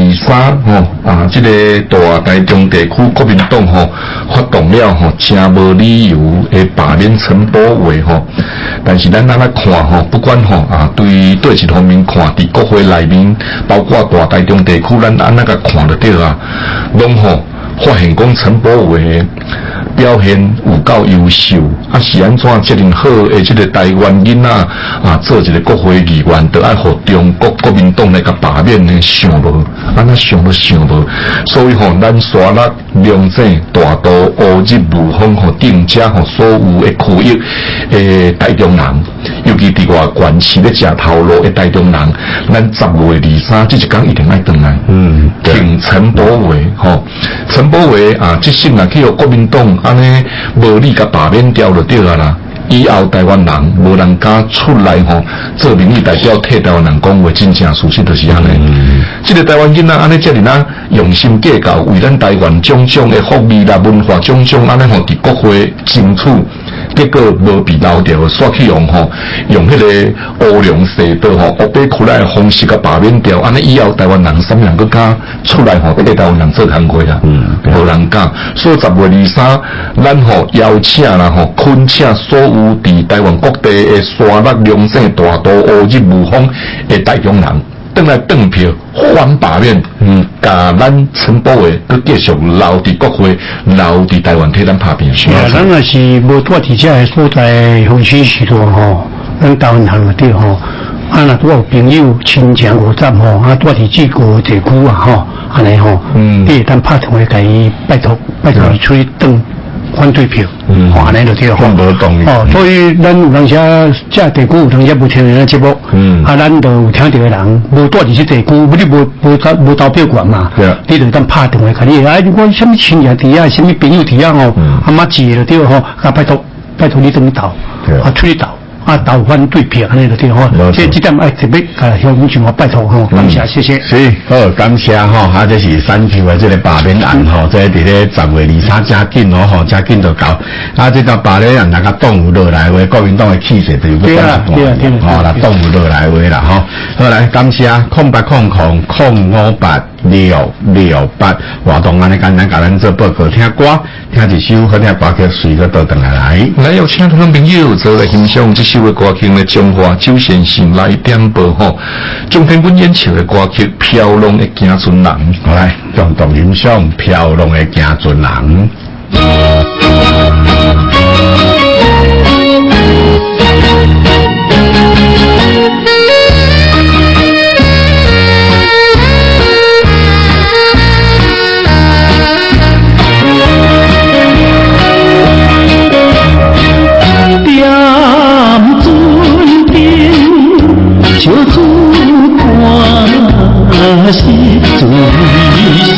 B: 23这个大台中地区国民党发动了真无理由的罢免陈柏惟但是咱来看不管对对一方面看，伫国会内面，包括大台中地区，咱安那个看得到啊，拢发现讲陈柏惟表现有够优秀，是安怎这么好的这个台湾囡仔做一个国会议员，就爱互中国国民党来甲罢免呢？想无，安那想都想无。所以咱沙鹿、龙井、大都、乌日、雾峰定遮所有的区域的台中人，尤其伫外县市咧食头路的台中人，咱10月23这一天一定爱回来。挺陈柏惟陈柏惟这性啊去互国民党安尼无理甲罢免掉就对了啦。以后台湾人无人敢出来做民意代表替台湾人讲话，真正事实就是安尼。这个台湾囡仔安尼遮尔用心计较，为咱台湾种种的福利啦、文化种种安尼伫国会争取，结果无被捞掉，煞去用迄个乌龙蛇道乌白苦来的方式甲罢免掉，安尼以后台湾人啥人搁敢出来替台湾人做工课啊？无人敢。所以10月23，咱邀请啦恳请所有伫台湾各地的沙鹿、龙井、大都、乌日、雾峰的台中人，转来转票反罢免，甲咱陈柏惟佮继续留伫国会，留伫台湾替咱拍拼。是
C: 啊，咱也是无住伫遮个所在风区时代咱台湾人对若拄有朋友亲情有站住伫这个地区安尼你会当拍电话甲伊拜托伊出去反对票，安尼就对。
A: 反无同意。
C: 所以咱有当时这地区有当时无听人节目，咱就有听到的人无住伫这地区，你无投票权嘛，你就当拍电话给你，我什么亲戚伫啊，什么朋友伫啊阿妈记了对吼，拜托你等于投，出去投。投反对票安尼就对吼，这点特别向民众拜托吼，感谢谢谢。
A: 是好，感谢吼，这是选票的这个罢免案吼，这伫咧10月23真紧吼，真紧就到。这个罢免案大家动有落来话，国民党的气势就要更大。啦，动有落来话啦吼。好来，感谢0800058668活动安尼简单甲咱做报告，听歌，听一首好听歌曲，随个倒转来。
B: 来，有请听众朋友做来欣赏这首的歌曲呢，中华周先生来点播吼，钟天军演唱的歌曲《飘浪的行船人》。
A: 好来，共同欣赏《飘浪的行船人》。
O: 小主看是最心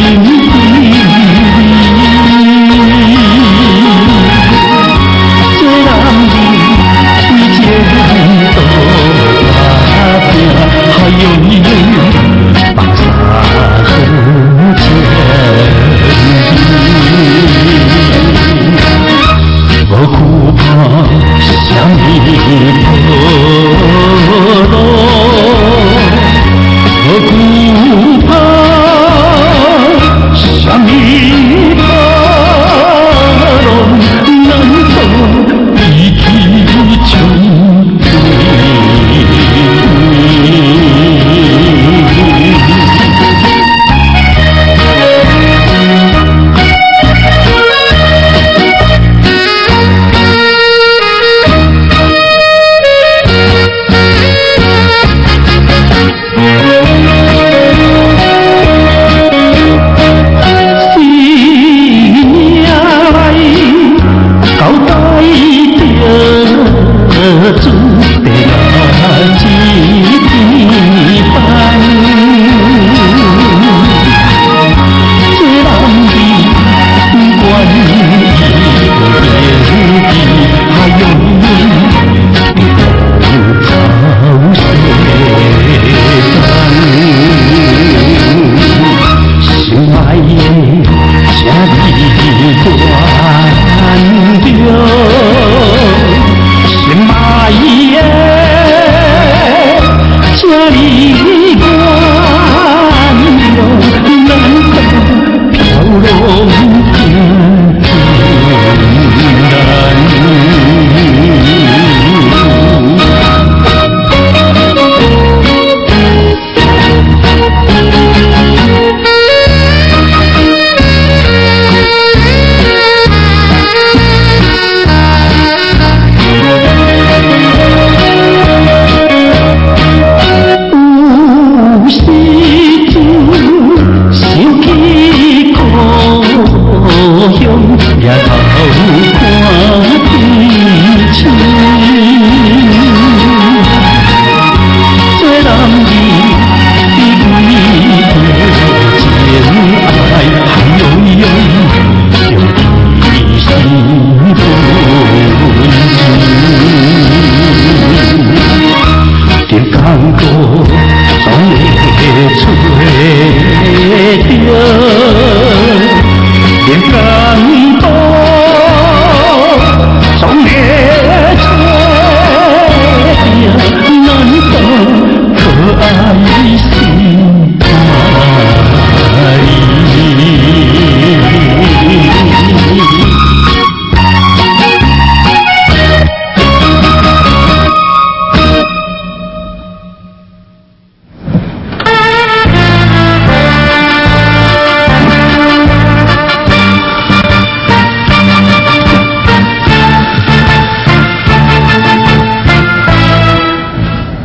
O: 最男人为这人多打拼，还有你放下好前我苦怕什么破落，我苦怕什么破落，难逃一起穷追。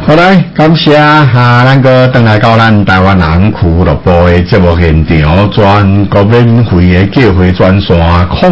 A: 好来，感谢咱个登来到咱台湾人俱乐部的节目现场，全国免费的叫回专线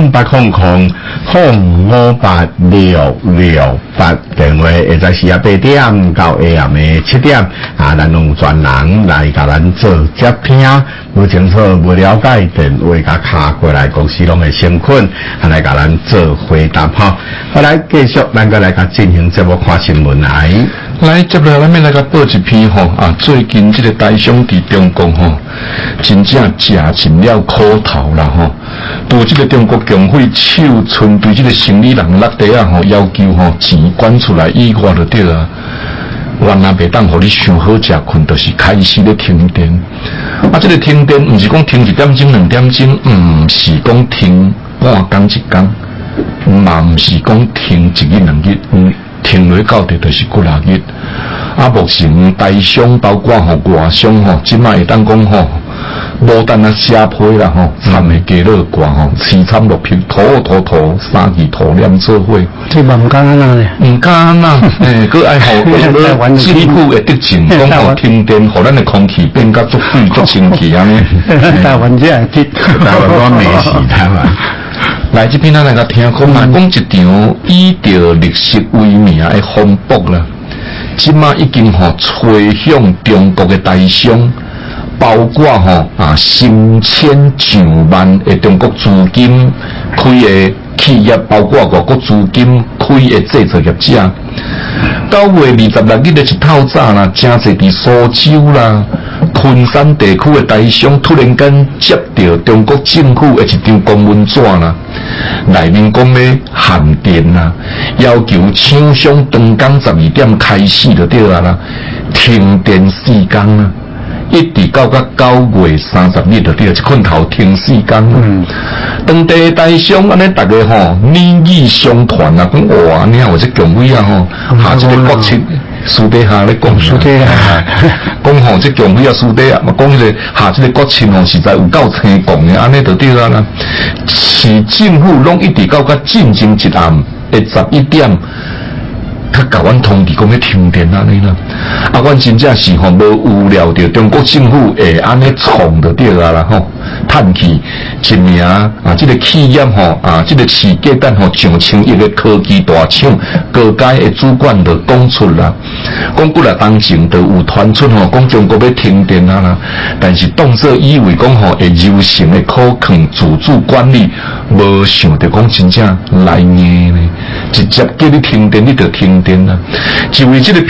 A: 0800-058-668电话，会在时啊8点到下暗的7点咱用专人来甲咱做接听，不清楚、不了解电话甲卡过来，公司拢会先困，来甲咱做回答哈。好来，继续咱个来甲进行节目看新闻来。
B: 来，接下来咱们来甲报一篇最近这个台商伫中国真正食尽了苦头啦对这个中国共会手村对这个生理人落地要求钱管出来以外就对啦。原来袂当互你想好食困，就是开始咧停电。这个停电毋是讲停1点钟、2点钟，毋是讲停半工1工，嘛毋是讲停1日2日，停落到底就是几6日。目前台商包括外商即卖会当讲无等写批啦惨的鸡肉挂凄惨落魄，土三字土念做伙。
C: 这嘛唔敢安咧，
B: 唔敢安啦，佮爱互政府的德政，讲停电，互咱的空气变甲足水足清气安尼。
C: 台湾这台
A: 湾我没事台湾。
B: 来这边咱来甲听讲讲一场以着绿色为名的风暴啦，即马已经吹向中国的台商。包括成千上万的中国资金开的企业，包括外国资金开的制造业者。9月26日的一透早啦，真侪伫苏州啦、昆山地区的台商突然间接到中国政府的一张公文纸啦，内面讲咧限电啦，要求厂商当工12点开始就对啦，停电4天啦。一直到9月30日就对，一困头停4天。当地台商安尼，大家利益相传啊，讲哇，你看我这共会下这个国策私底下咧讲，讲这共会私底下嘛，讲这个下这个国策实在有够青狂的，安尼就对啦。市政府拢一直到进前一暗的11点。他甲阮通知讲要停电安尼啦，阮真正是无预料到中国政府会安尼创就对啦叹气一名这个企业这个市价等上千亿的科技大厂各界的主管就讲出啦，讲几日当前就有传出讲中国要停电啦，但是当作以为讲会优胜的可靠自主管理，无想到讲真正来硬呢，直接叫你停电你就停电啦，就为这个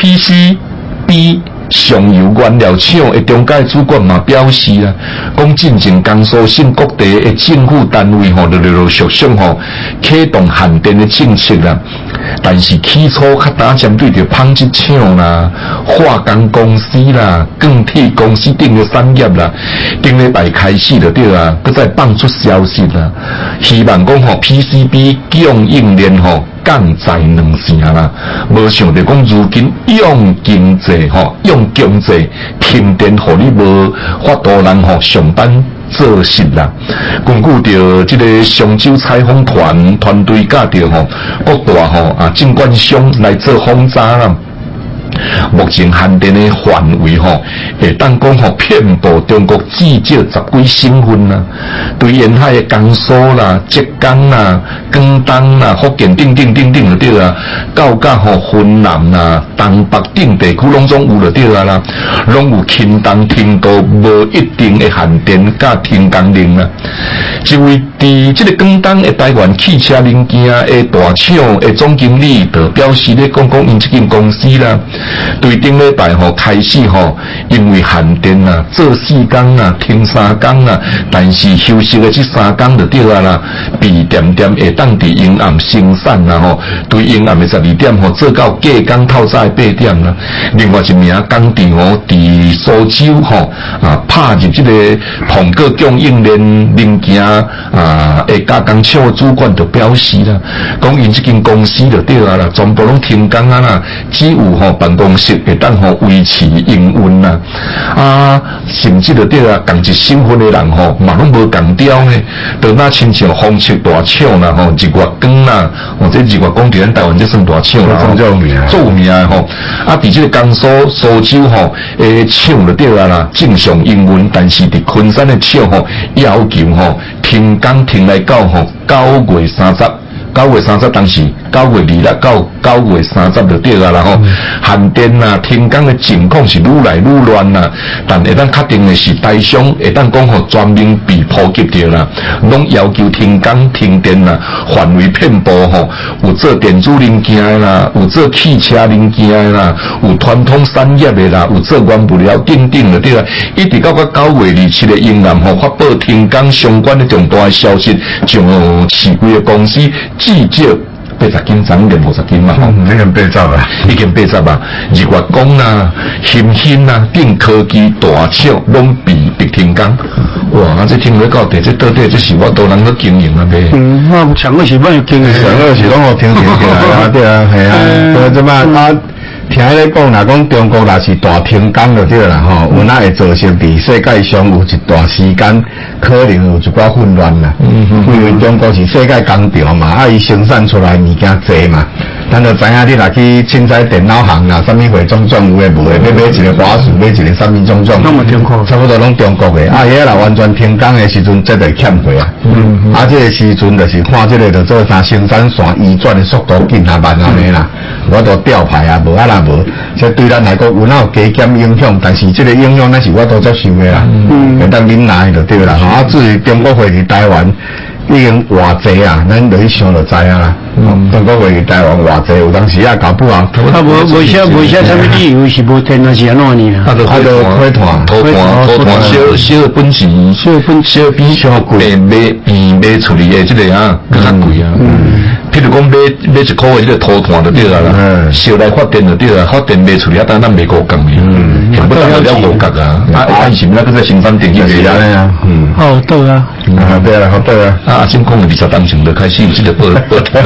B: PCB。上游原料厂的中介主管嘛表示啊，讲进前江苏省各地的政府单位陆续启动限电的政策啦，但是起初较打针对着纺织厂啦、化工公司啦、钢铁公司等的产业啦，顶礼拜开始就对啦，佮再放出消息啦，希望讲PCB 供应链降在2成啦，无想到讲如今用经济用经济停电，互你无法度人上班做事啦。根据着这个上周采访团队甲着各大证券商来做轰炸啦。目前限电的范围会当讲遍布中国至少10几省份啦，对沿海的江苏啦、浙江啦、广东啦、福建等就对啦，到云南啦、东北等地区拢总有就对啦，拢有轻重程度无一定的限电甲停工令啦。一位伫这个广东的台湾汽车零件的大厂的总经理就表示咧，讲因这间公司啦。对顶礼拜开始因为限电啦，做4天啦，停3天啦，但是休息的这3天就对啦，比点会当伫阴暗生产啦对阴暗的12点做到隔工透早的8点啦。另外一名工地伫苏州拍入这个苹果供应链零件的加工厂的主管就表示啦，讲因这间公司就对啦，全部拢停工啦，只有办公室会当吼维持营运啦，啊，甚至着对啊，共一身份的人吼，嘛拢无共调呢，就那亲像风车大厂啦，吼，日月光啦，或者日月光伫咱台湾这算大厂啦，
A: 做有名
B: 吼，啊，伫这个江苏州吼，厂就对啊啦，正常营运，但是伫昆山的厂吼，要求吼停工停来到吼9月30。9月30当时，9月26到9月30就对啊啦吼。限电啊，停工的情况是愈来愈乱啦。但会当确定的是，台商会当讲吼全面被普及掉啦，拢要求停工停电啦，范围遍布吼，有做电子零件的啦，有做汽车零件的啦，有传统产业的啦，有做原物料等等的对啦。一直到9月27日，英南吼发布停工相关的重大的消息，从市规的公司。至少80斤，涨点50斤嘛，吼，
A: 已经80啦，
B: 已经80啦。日月光啊、新兴啊、电科技大厂拢被停工。哇，这听落到底，这到底这是我多人去经营啊？呗。
C: 我上个是帮经营，
A: 上个是拢我停起来啊，对啊，系啊，所以怎么啊？听咧讲，若讲中国若是大停工就对啦吼，有哪会造成伫世界上有一段时间可能有一寡混乱啦。因为中国是世界工厂嘛，啊伊生产出来物件济嘛，咱就知影你若去凊彩电脑行啦，啥物货种种有诶无诶，要买一个滑鼠，买一个啥物种种，差不多拢中国诶。啊，遐若完全停工诶时阵，这就欠货啊。啊，这个时阵就是看这个就做啥生产线移转诶速度紧啊慢安尼啦，我都吊牌啊，无啊啦。无，这对咱来讲有哪有加减影响，但是这个影响咱是我都接受的啦，会当忍耐就对啦。啊，至于中国回去台湾已经偌济啊，咱就去想就知啊啦。中国回去台湾偌济，有当时啊搞不好。啊，
C: 无啥啥物理由是无电还是安怎呢？
B: 他就推团，小本钱，小比较贵，卖出去的这个啊更较贵啊。譬如讲买1块的这个拖团就对啦，烧来发电就对啦，发电卖出去啊，当然卖5角呢，不当了5角啊。啊，是那个在生产电器的
C: 啊，好对啊，
A: 对啦，好对啊。
B: 啊，先讲了20当前就开始有这个报，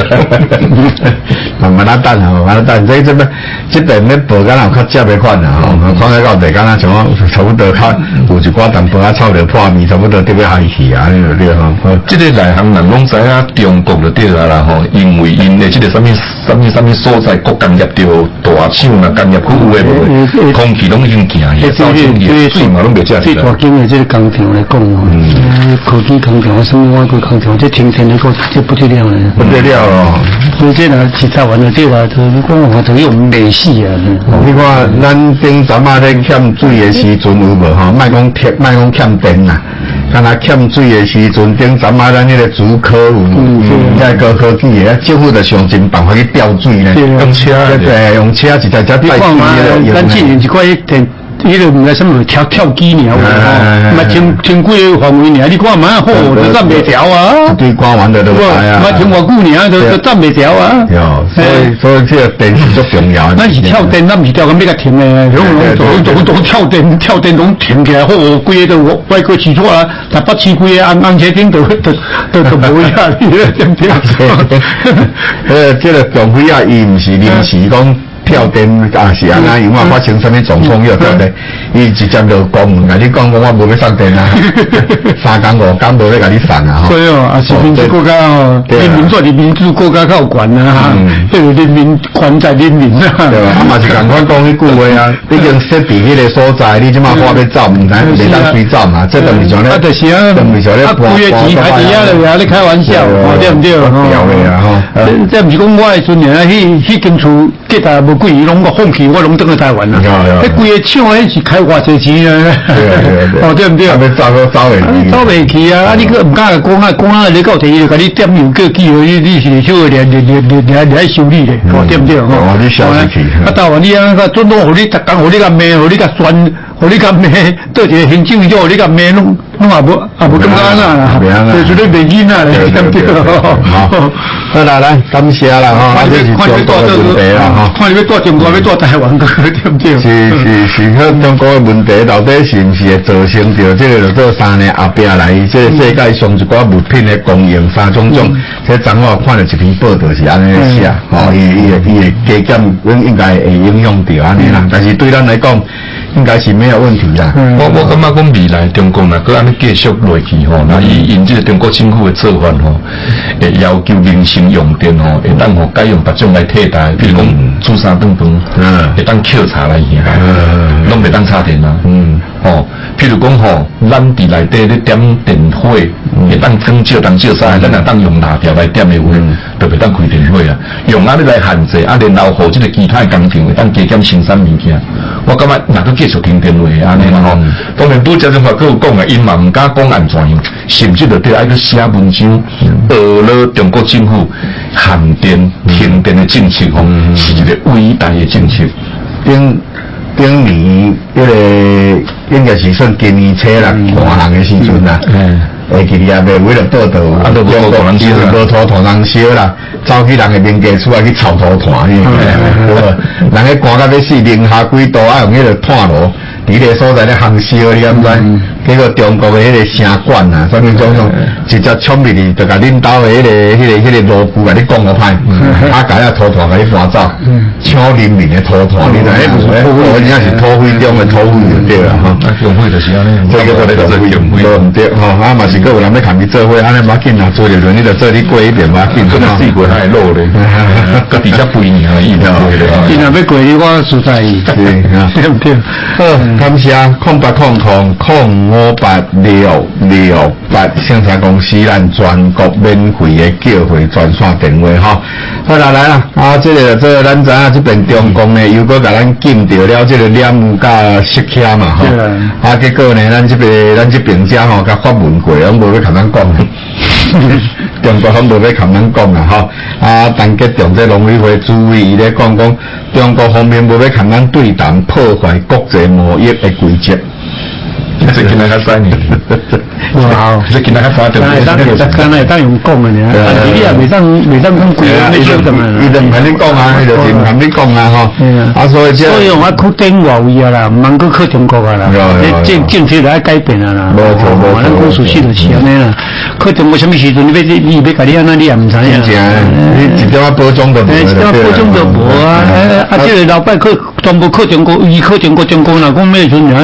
A: 慢慢等啊，慢慢等。这边咧报敢有较接的款啊，吼，看得到地敢若像我差不多较有一寡淡薄仔炒着破面，差不多特别嗨气啊，你就对吼。
B: 这个内行人拢知影中国就对啦吼。因为因的这个什么所在各工业着大厂啦，工业区有诶无，空气拢已经行去，造成伊水嘛拢袂遮。
C: 最大间的这个工厂来讲哦，科技工厂、什么外国工厂，这停电来讲，这不得了呢。
A: 不得了哦！
C: 所以这呢，其他玩的对吧？你讲话就用美系啊！
A: 你看咱顶阵啊咧欠水的时阵有无吼？莫讲欠电啦。敢若欠水的时阵，顶阵啊，咱迄个竹科有，在高科技的，政府就想尽办法去调水呢，
B: 用车，
A: 对，用车一台车带水的。
C: 咱今年一块电。伊就唔知什么跳机尔，嘛停几个范围尔，你看蛮好，都站袂调啊。
A: 一堆官员的都来啊。
C: 嘛停偌久尔，都站袂调啊。
A: 哟，所以这个电是足重要。
C: 咱是跳电，咱唔是调咁要甲停诶，都跳电拢停起来，好，规个都外国起错啦，台北市规个红车顶都无下去了，对不
A: 对？这个总归啊，伊唔是临时讲。跳电啊是安那，因为发生什么状况要跳电，伊直接就关门，甲你讲我无要送电啊，3工5工无咧甲你送啊。
C: 对哦，啊是民主国家哦，人民做的民主国家较有权啊哈，这个人民权在人民啊。
A: 对啊，嘛是共款讲迄句话啊，毕竟设伫迄个所在，你即马话要走，唔知袂当随走嘛，这等于像咧，
C: 就是啊，
A: 等于像咧
C: 搬钱还是啊，就咧开玩笑，对唔对？
A: 调的啊吼，
C: 这唔是讲我的孙儿迄间厝吉他无贵，拢个放弃，我拢等去台湾啦。迄规个厂迄是开偌济钱啊？哦，对唔对？
A: 要走
C: 袂去啊！啊，你个唔敢讲啊，你到地就甲你点油过去，你是少你来修理咧，对唔对？
A: 哦，你消失去。
C: 啊，台湾你啊，个总统互你逐工互你甲骂，互你甲酸。 你甲骂倒一个行政组，你甲骂弄也无咁安啦，就是你袂紧啊，对不对？
A: 好啦，来感谢啦哈，这是中国的问题啦哈。
C: 看你要带中国，要带台湾，对不对？
A: 是，和中国的问题到底是不是会造成着这个做3年后壁来，这个世界上一寡物品的供应啥种，这昨我看了一篇报道是安尼写，哦，伊会加减，应该会影响到安尼啦。但是对咱来讲，应该是没有问题啦。
B: 我感觉讲未来中国若搁安尼继续落去吼，那因这个中国政府的做法吼，会要求民生用电吼，会当吼改用别种来替代，比如讲煮三顿饭，会当抾茶来用，拢袂当插电啊。哦，譬如讲吼，咱伫内底咧点电火，会当更少当少啥，咱若当用蜡条来点的话，就袂当开电火啊。用安尼来限制，然后互这个其他工厂会当加减生产物件。我感觉若搁继续停电话安尼嘛吼，当然拄则种话佫有讲啊，因嘛毋敢讲安怎样，甚至就对爱去写文章，了中国政府限电、停电的政策吼，是一个伟大的政策。
A: 顶年迄个应该是算今年初啦，寒人的时阵啦。会记你也袂为了报道，中国其实无土团人烧啦，走去人的民家厝啊去炒土团，人个寒到要死，零下几度啊，用迄个炭炉伫个所在咧烘烧，你敢知？结果中国的迄个城管啊，啥物种直接冲入去，就甲恁兜的迄个锣鼓甲你讲个歹，甲遐土团甲你搬走，抢人民的土团，你知？我真是土匪中的土匪就对啦，哈。
B: 用火就是安尼，
A: 这个我咧就做用火，唔对，吼，啊嘛是佫有人要牵去做伙，安尼马紧啊，做着轮你就做你过一遍马紧，
B: 真系四过还落咧，佮底下肥呢，伊就过咧。
C: 伊若要过你，我实在对不对？
A: 好，感谢0800-586-668生产公司咱全国免费的叫回专线电话哈。好啦，来啦，这个咱知影这边中共呢，又搁甲咱禁掉了这个染甲色卡嘛吼。结果呢，咱这边遮吼，甲发文过，拢无要甲咱讲。中国拢无要甲咱讲啦吼。陈吉仲这农委会主委伊咧讲，中国方面无要甲咱对谈，破坏国际贸易的规则。
B: 这今仔较早呢，
C: 哇！
B: 这今仔较早就
C: 当用讲的呢，但是你也袂当讲规个你晓得嘛？
A: 伊就唔肯你讲啊，伊就是唔肯你讲啊吼。所以
C: 我靠顶外围啊啦，唔能够靠中国啊啦。政策就要改变啊啦。
A: 无错，
C: 咱讲熟悉就是安尼啦。靠中国什么时阵你要甲你安那你也唔知影。
A: 你一点仔包装都无。
C: 一点包装都无啊！这个老板靠全部靠中国，伊靠中国若讲咩时阵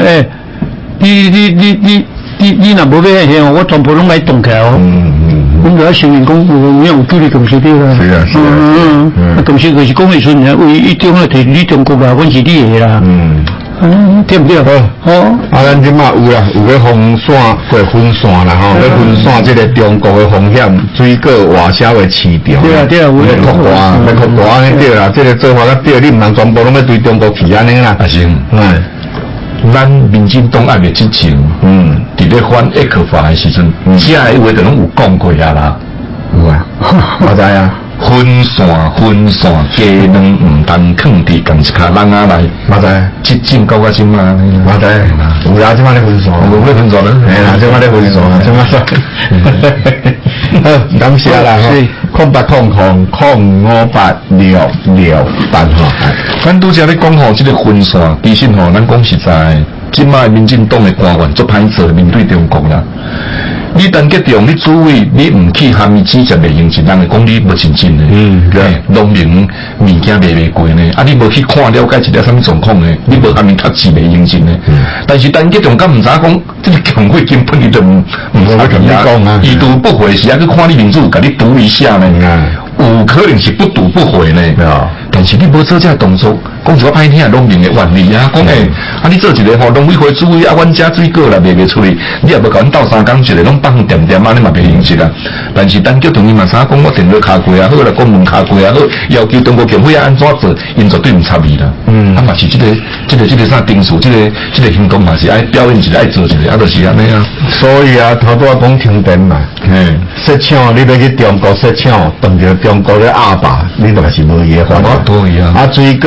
C: 你若无要遐我全部拢来动起来哦。我们要承认讲有距离同时对啦。
A: 是啊。
C: 同时就是讲的时阵，为一种摕你中国啦，阮是你的啦。对不对？好。
A: 咱即马有啦，有要封线过分线啦吼，要分线这个中国的风险，水果外销的市场。
C: 对啊，
A: 要扩大安尼对啦，这个做法较对，你唔通全部拢要对中国去安尼啦。
B: 是。咱民进党案的之前，伫咧反疫克法的时阵，这个话就拢有讲过啊啦。
A: 有啊，我知啊。
B: 分线，鸡卵唔当放伫同一卡人啊来。
A: 我知。
B: 即进到个即嘛，
A: 我知。有啊，即马咧分线，
B: 有咧分线咧。
A: 嘿啦，即马咧分线啊，即马说。好，感谢啦吼。0800-586-668吼。
B: 咱拄则咧讲吼，即个分线，其实吼，咱讲实在，即摆民进党的官员做歹做面对中国啦。你陈吉仲，你主委，你唔去含伊钱就袂用钱，人会讲你无真正的。对，农民物件卖过呢，你无去看了解一个什么状况呢？你无含伊读书袂用钱呢。但是陈吉仲敢唔知讲，这个强会根本伊就唔
A: 插你啊，
B: 已读不回是啊，去看你民主，甲你读一下呢。有可能是不读不回呢。但是你无做这动作，讲一个歹听农民的怨力啊，讲你做一个农委会主委阮家水果啦卖袂出去，你也无甲阮斗3工一个拢放点点啊，你嘛袂用钱啊。但是陈吉仲伊嘛啥讲我电脑卡过啊，好啦，公门卡过啊，好，要求中国政府要安怎做，因绝对唔插伊啦。嘛是这个啥定数，这个行动嘛是爱表演一个，爱做一个，就是安尼啊。
A: 所以啊，头拄仔讲停电嘛，设厂你要去中国设厂，当着中国咧压吧，你嘛是无伊诶法。
B: 对啊。
A: 水果你讲要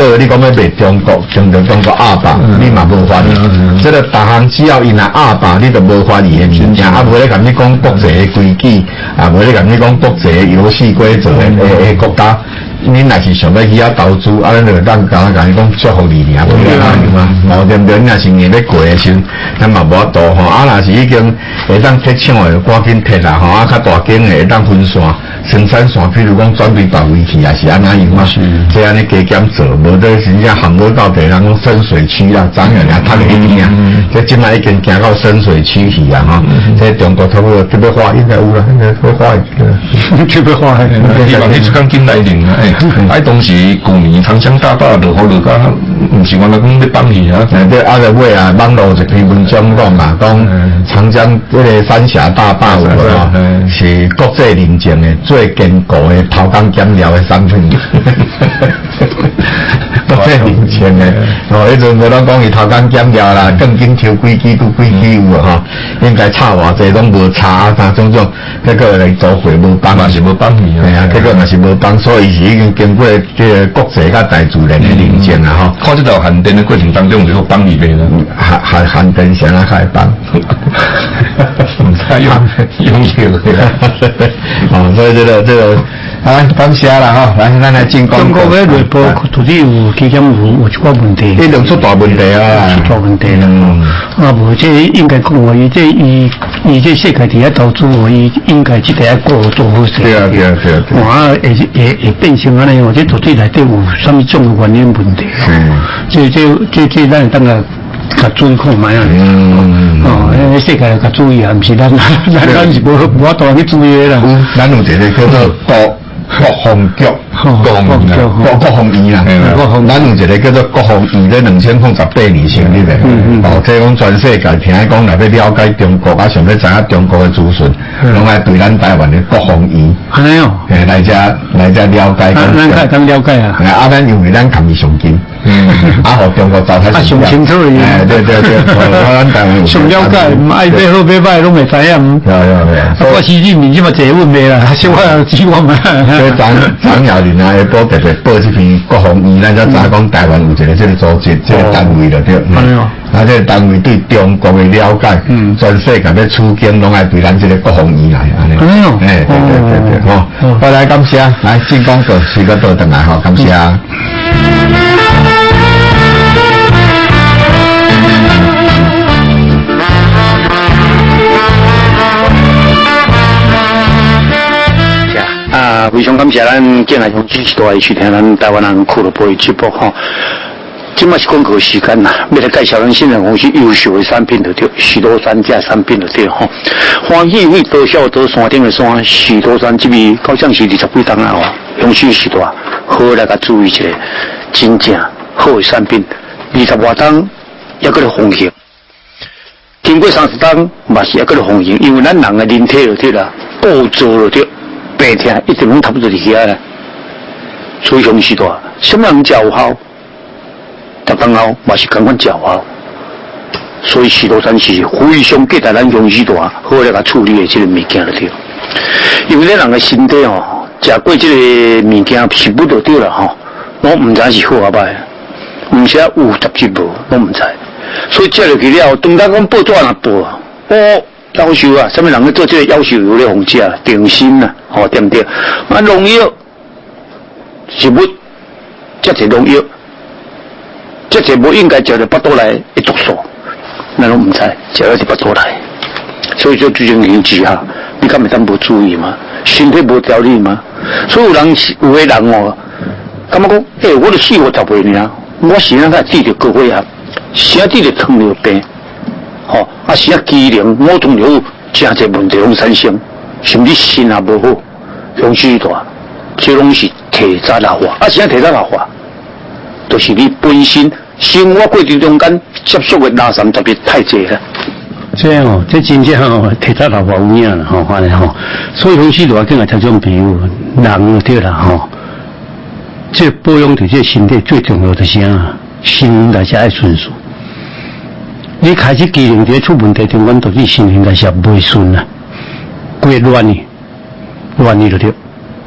A: 卖中国，用着中国阿爸，你嘛无法理。这个大行只要因来阿爸，你就无法理的物件，啊，无咧甲你讲国际的规矩，啊，无咧甲你讲国际的游戏规则的国家。恁若是想要去遐投资，啊，咱就当甲你讲祝福你尔，对嘛？无对不对？若是硬要过的时，咱嘛无法度吼。啊，若是已经会当铁抢的，赶紧铁啦吼！啊，较大间的会当分线、生产线，比如讲转对别位去，也是安那样啊。这安尼加减做，无得真正行到到地，人讲深水区啦，昨下尔读一边啊，这即摆已经行到深水区去啊吼！这中国差不多特别花应该有啦，应该会花一个，特别花。
B: 希望你出讲进来零啊！哎，当时旧年长江大坝落雨落甲，毋是我来讲要放弃啊！
A: 这啊个尾啊，网络一篇文章讲啊，讲长江这个三峡大坝有无？是国际认证的最坚固的头钢减料的产品。国际认证的，迄阵无咱讲伊头钢减料啦，更紧抽几支拄几支有啊吼，应该差偌济拢无差啊，啥种，结果来做会无帮嘛是无帮去啊，啊，结果嘛是无帮，所以是已经经过这个国际甲大自然的认证啊吼。
B: 看这条限电的过程当中，就帮你呗啦，
A: 限电谁来开帮？
B: 唔使用的啦。
A: 哦，所以这个，好，感谢啦吼，来，咱来进攻。
C: 中国的内部土地有基金有一个问题，
A: 一定出大问题啊，
C: 出大问题啦。啊，无这应该讲话，伊这世界底下投资，伊应该这个要做好势。
A: 对啊。
C: 哇，会变成安尼哦，这土地内底有什么种的原因问题？这咱当个。甲注意看卖啊！世界甲注意啊，毋是咱是无法度去注意啦。
A: 咱有一个叫做国防局，国防院啦。咱有一个叫做国防院咧，2008年成立的。即讲全世界听讲，若要了解中国，啊，想要知影中国的资讯，拢爱对咱台湾的国防院。
C: 安尼哦，
A: 来遮了解。
C: 咱当了解啊。
A: 啊，咱因为咱抗疫上紧。啊，互中国糟蹋
C: 上清楚的。
A: 对，咱台湾
C: 上了解，爱买好买歹拢袂知影。我是你面即嘛坐稳袂啦，小可指望嘛。
A: 所以张耀林啊，下晡特别报这篇国防院，咱才知讲台湾有一个这个组织、这个单位了对。啊，这个单位对中国的了解，全世界的处境拢爱对咱这个国防院来安尼。对，吼，好来感谢，来进广告，时间倒转来吼，感谢。
G: 非常感谢咱建来从支持大去听咱台湾人俱乐部的直播吼。今嘛是广告时间啦，要来介绍咱现在公司优秀的产品就对，许多山这产品就对吼。欢喜为多少多山顶的山，许多山这边到像是20几档啊哦，用心时大，好来甲注意一下，真正好的产品，20多档也搁咧风行，经过30档嘛是也搁咧风行，因为咱人的人体就对啦，构造就对。病痛一直拢差不多伫遐啦，所以用时大，什么人较有效，逐工后嘛是共款较有效，所以许多山是非常给咱用时大，好来甲处理的这个物件就对。因为咱人的身体哦，食过这个物件食物就对了吼，拢唔知是好啊歹，唔是有杂质无，拢唔知，所以食落去了，当咱讲报纸若报啊，夭寿啊！什么人去做这个夭寿油咧？红食定心啊，吼对不对？啊，农药食物，这是农药，这是无应该食到巴肚来的毒素，咱拢唔知，食到是巴肚来，所以就最近研究下，你敢会当无注意吗？身体无调理吗？所以有的人哦，感觉讲，我都40-50岁尔，我身上才治着高血压，身治着糖尿病。吼，啊是机能某种有真侪问题拢产生，甚至心也无好，用许大，这拢是体早老化。啊，是体早老化，就是你本身生活过程中间接触的垃圾特别太济了。
C: 这样哦，这真正哦，体早老化有影啦，吼，反正吼，所以用许大，今日听种朋友人对啦，吼，这保养对这身体最重要的是啥？心灵代谢爱顺顺。你开始机能在出问题，中间导致心灵代谢袂顺啦，规乱去就对。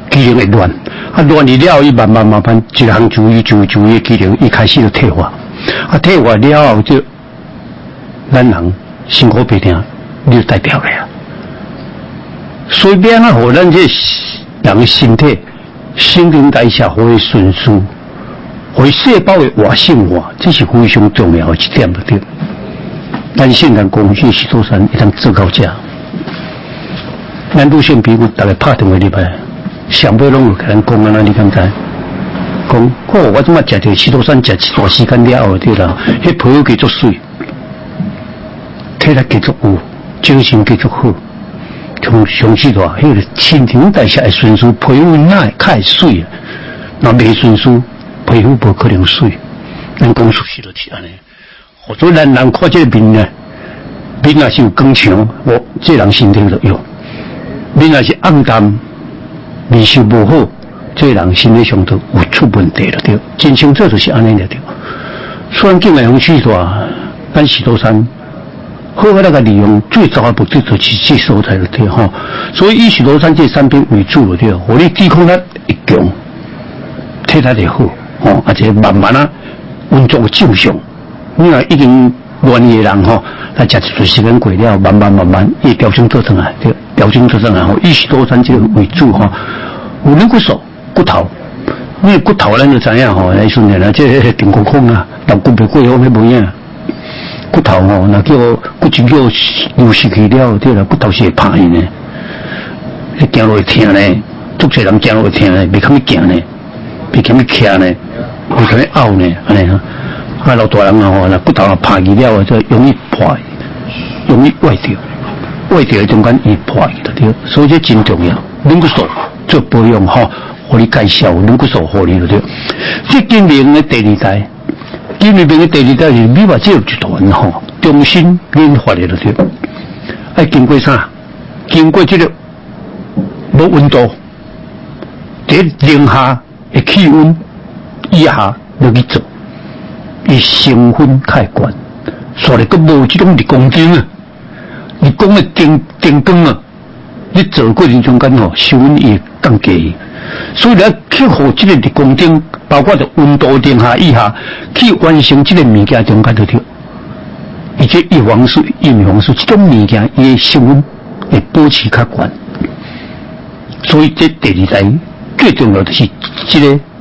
C: 机能会乱，乱去了，伊慢慢一项注意的机能，伊开始就退化，退化了后就咱人辛苦不定，你就代表了呀。随便啊，互咱这人的身体新陈代谢会顺序，会细胞的活性化，这是非常重要的一点，对。咱现在讲这许多山一旦做到这，咱女性朋友大概拍电话入来，上尾拢有跟咱讲啊，你敢知？讲我即马食着许多山食一段时间了后，对啦，迄皮肤继续水，体力继续有，精神继续好。上次话，迄个新陈代谢会顺序，皮肤哪会水啊？若未顺序，皮肤无可能水。咱讲出去就是安尼。所以咱人看这个面呢，面也是有光强，这人身体就有；面也是暗淡，面色无好，这人身体上都有出问题了对。真清楚就是安尼了对。虽然境内风水大，咱许多山。好好那个利用最早的目的就是这所在了对哈，所以以许多山这3边为主了对，火力抵抗力会强，体力会好，而且慢慢啊运作正常。你若已经乱的人吼，来食一段时间过了，慢慢伊调整做上来，对，调整做上来吼，以许多山这为主哈，有软骨素、骨头，因为骨头咱就知影吼，来训练啦，这顶骨空啊，但骨袂过好迄无影。骨头吼，那叫骨质叫流失去了，对啦，骨头是会怕呢，你行路会疼呢，足侪人行路会疼呢，袂堪去行呢，袂堪去徛呢，袂堪去拗呢，安尼啊，老大人啊吼，那骨头啊怕去了，就容易破，容易歪掉，歪掉中间易破去了对，所以这真重要。软骨素做保养吼，互你介绍软骨素互你了对，这经年的第2代。因为边个第2代是米话只有一团吼，中心研发的了对，爱经过啥？经过这个无温度，在零下的气温以下落去做，伊成分太悬，所以佮无这种日光灯啊，日光的灯光啊，你做过程中间吼，收温也降低。所以来克服这个日光灯，包括着温度零下以下，去完成这个物件中间就对。而且叶黄素、叶黄素这种物件，伊的成分会保持较悬。所以这第2代最重要的是这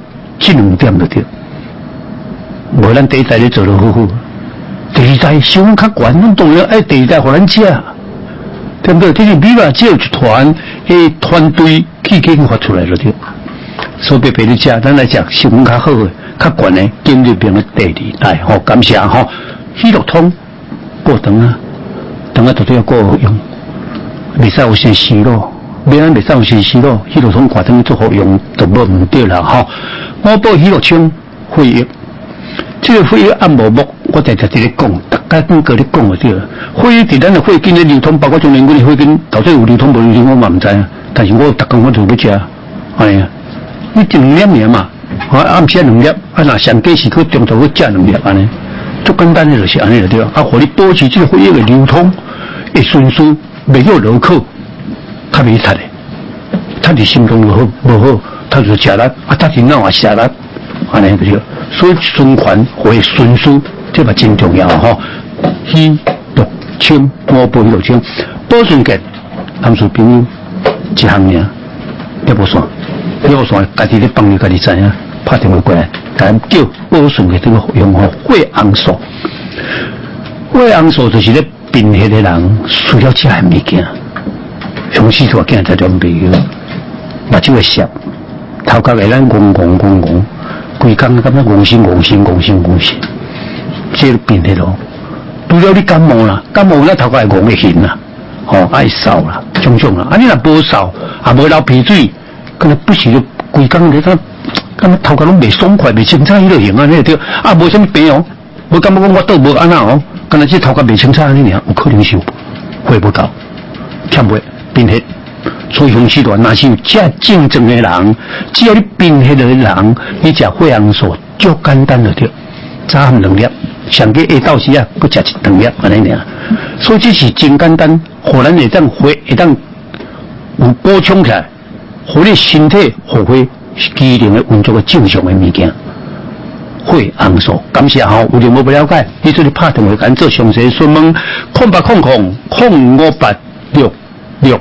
C: 2点就对。无咱第1代咧做得好好，第2代成分较悬，咱当然爱第2代互咱食。对不对？这是米话只有一团的团队去研发出来了对。所以别你食，咱来食成分较好的、较悬的，建立变个第2代吼，感谢吼。喜乐通过长啊，长啊绝对要过用，袂使有些息肉，免袂使有些息肉，喜乐通挂长做好用就无唔对啦吼。我报喜乐清会议，这个会议按无目。我在这里讲，大家跟各咧讲就对了。会议伫咱的会金的流通，包括中联军的会金，到底有流通无流通，我嘛唔知啊。但是我逐工我就要食，哎呀，你2粒尔嘛，暗时2粒，若上计时去中途去食2粒安尼，足简单的就是安尼了对了。互你保持这个会议的流通的顺序，袂叫落口，较袂塌的，塌伫心中无好，塌就食力，塌伫脑也食力，安尼对了。所以循环会顺序。这嘛真重要吼，喜乐清，我报喜乐清，保顺健，他们说朋友一项名，要无算，家己咧帮你家己知影，拍电话过来，咱叫保顺健这个用吼，血红素，血红素就是咧贫血的人需要吃的物件，上次就见在种朋友，目睭会涩，头壳会咱戆，规工感觉戆心。这个病的咯，除了你感冒啦，那头壳会戆会痕啦，爱扫啦，种啦。你若无扫，也无流鼻水，可能不时就规工你看，头壳拢未爽快，未清楚，伊就行啊，你对。无什么病哦，无感觉讲我倒无安那哦，可能这头壳未清楚安尼尔，有可能是血不够，欠血贫血。所以风湿团，若是有这症状的人，只要你贫血的人，你食血红素足简单就对。早暗2粒，上计下昼时啊，佮食1-2粒安尼尔。所以这是真简单，互咱会当血会当有补充起来， 互你身体发挥机能的运作的正常的物件。血红素，感谢吼，有任何不了解，你做你拍电话跟做详细询问，0800-058-668。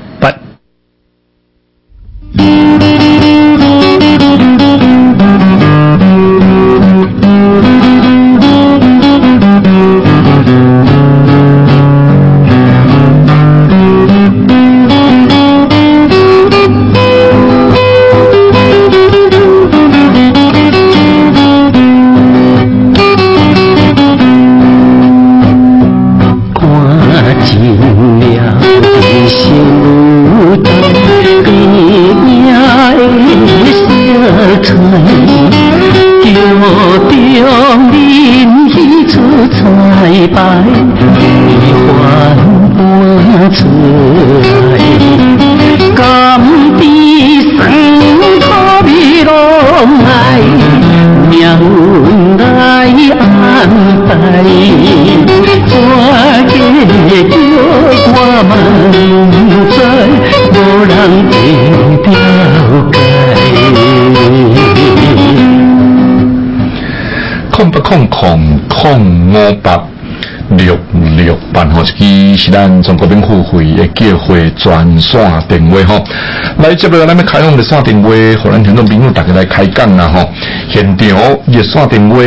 B: 0800-058-668吼，这是咱中国民付费的叫会专线电话吼。来，接落来咱要开放热线电话，互咱听众朋友大家来开讲啦吼。现场热线电话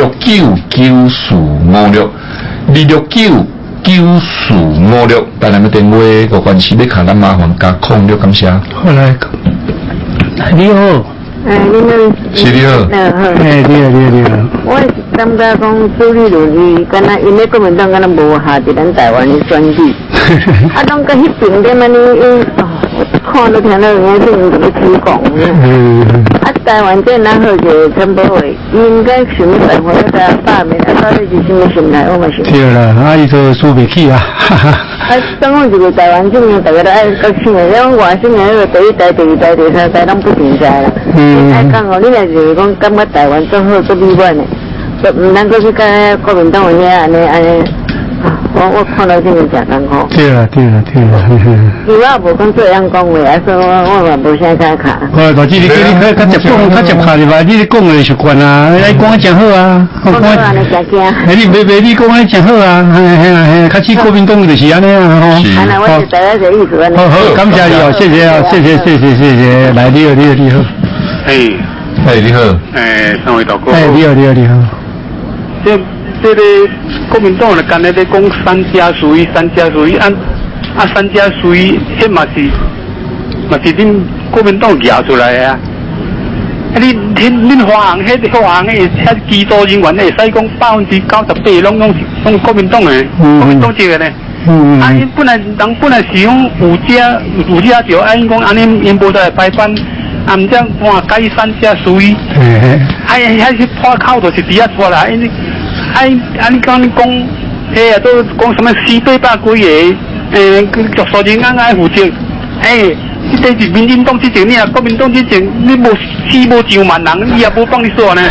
B: 2699456，2699456，带咱的电话有关系要看咱麻烦加06，感谢。
C: 好来，你好。
Q: 你们
B: 是你好。
C: 你好。
Q: 我是感觉讲朱立伦伊，敢若因咧国民党敢若无下伫咱台湾的选举，拢甲迄边点安尼，我看都听到人家这种怎么推广台湾这咱好个陈柏伟，应该想办法要甲罢免，到底是什么心态？我嘛是。
C: 对啦，伊就输不起啊。
Q: 总共一个台湾证明大家都爱高兴的，因为外省人个第一代、第二代、第三代拢不存在啦。爱讲哦，你若就是讲感觉台湾最好、最美满的，就唔能够去甲国民党遐安尼。我看到这个真艰苦。
C: 对啦。
Q: 伊我无讲这样讲话，所以我嘛无啥甲卡。
C: 我大姐，你较接卡是吧？你讲的习惯啊，你讲真好啊。
Q: 我讲安尼真惊。
C: 你讲安尼真好啊，较似国民党就是安尼啊，吼。
Q: 安尼我是大家这意思安尼。
C: 好，感谢你哦，谢谢啊，谢谢，来你好。
B: 你好。
E: 三位大哥。
C: 你好。
E: 这个国民党咧，干咧咧讲三家属于，三家属于，三家属于，迄嘛是恁国民党举出来啊！恁华航迄机组人员会使讲98%拢国民党的，国民党籍的呢。因本来是讲有家条，因讲安尼因无在排班，唔只换改三家属于，还是破口就是底下出来，你讲，啊，都讲什么400几个，局所人爱负责，你这是民进党之前，你啊国民党之前，你无上万人，伊也无帮你说呢。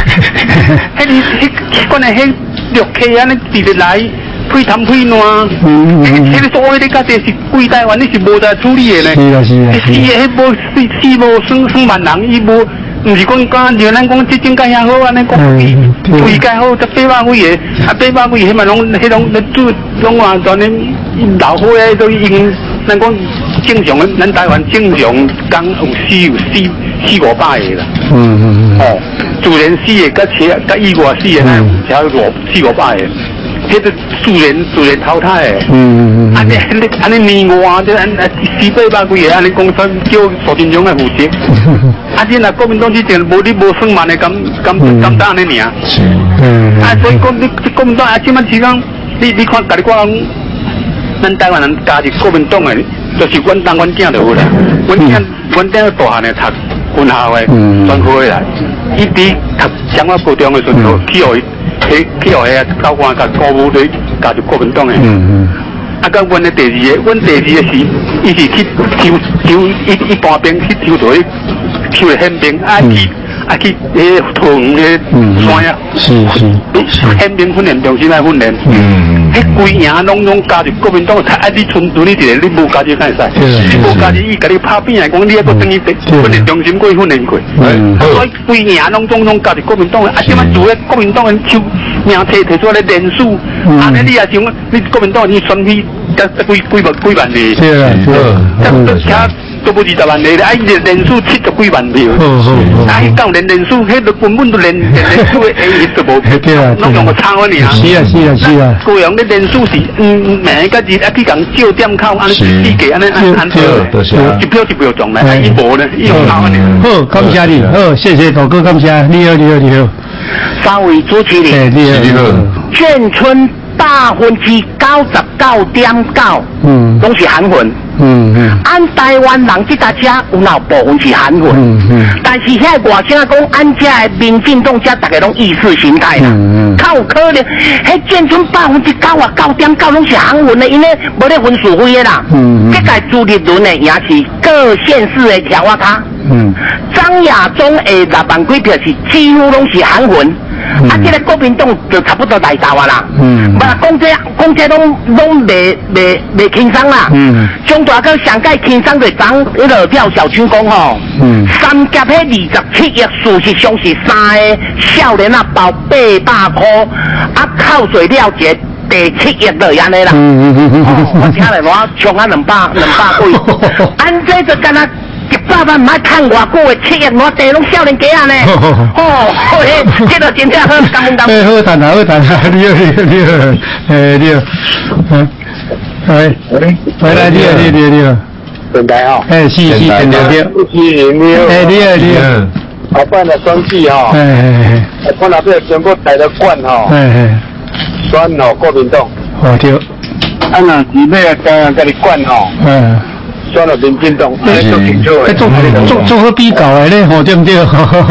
E: 关键6K 安尼直直来配谈配烂，个所谓的家己是规台湾，你是无在处理的呢。是啊。无算万人，伊无。唔是讲像咱讲即种介遐好安尼讲，规介好，才800几个，800几个，迄嘛拢拢完全的老伙仔都已经，咱讲正常的，咱台湾正常讲有400-500个啦。自然死的，甲意外死的，才有400-500个。迄个自然淘汰的。安尼年外，这400-500几个，安尼讲算叫苏贞昌来负责。你若国民党之前你无算万的，敢当安尼尔？所以讲你国民党即摆是讲，你看，家己讲，咱台湾人加入国民党的，就是阮当阮囝就好啦。阮囝大汉的读军校的，专科的来，伊伫读彰化高中的时候，去互迄教官甲鼓舞咧加入国民党的。甲阮的第二个是，伊是去抽一般兵去抽到抽的宪兵，去桃园的山啊，宪兵训练中心来训练。迄规营拢加入国民党，你存住你一个，你无加入敢会使？你无加入，伊甲你拍扁来讲，你还佫等于训练中心过训练过。所以规营拢加入国民党的，即摆做咧国民党的手名册摕出来连署，安尼你也想，你国民党你选举几万个？
C: 是啊，
E: 都无20万个，伊连署70几万票，到连署，迄个根本都连署的都无，拢用个抄尔。
C: 是啊。
E: 高阳的连署是名甲日去共照点口，安尼1个安尼一票中咧，伊无咧，伊用抄尔。
C: 好，感谢你，好，谢谢大哥，感谢你好。
R: 三位主持人，
B: 你好。
R: 眷村大分区99.9，拢是韩文。按台湾人这架车有哪部分是韩文？但是现在外省讲，按这的民进党这大家拢意识形态啦，较有可能，迄眷村9%9.9%拢是韩文的，因为无咧分数费的啦。这个朱立伦的也是各县市的条啊卡。张亚中的6万几票是几乎拢是韩文。这个国民党就差不多来到啊啦，讲这拢未轻松啦。中大哥上届轻松就讲迄个廖小青讲吼，3甲迄27亿，事实上是3个少年啊包800块，扣税了结第7亿就安尼啦。我听来我冲啊200几，按这就干那。100万唔爱趁偌久的7亿，我地拢少年家呢。这个真正好，感恩。
C: 好谈啊，你回来你好。
S: 电台哦。
C: 是电台你好。
S: 我办了选举哦。我那边全部带了冠哦。选哦国民党。
C: 对。
S: 啊那是要甲你冠哦。选了民进党，
C: 做好比较的咧，吼对不对？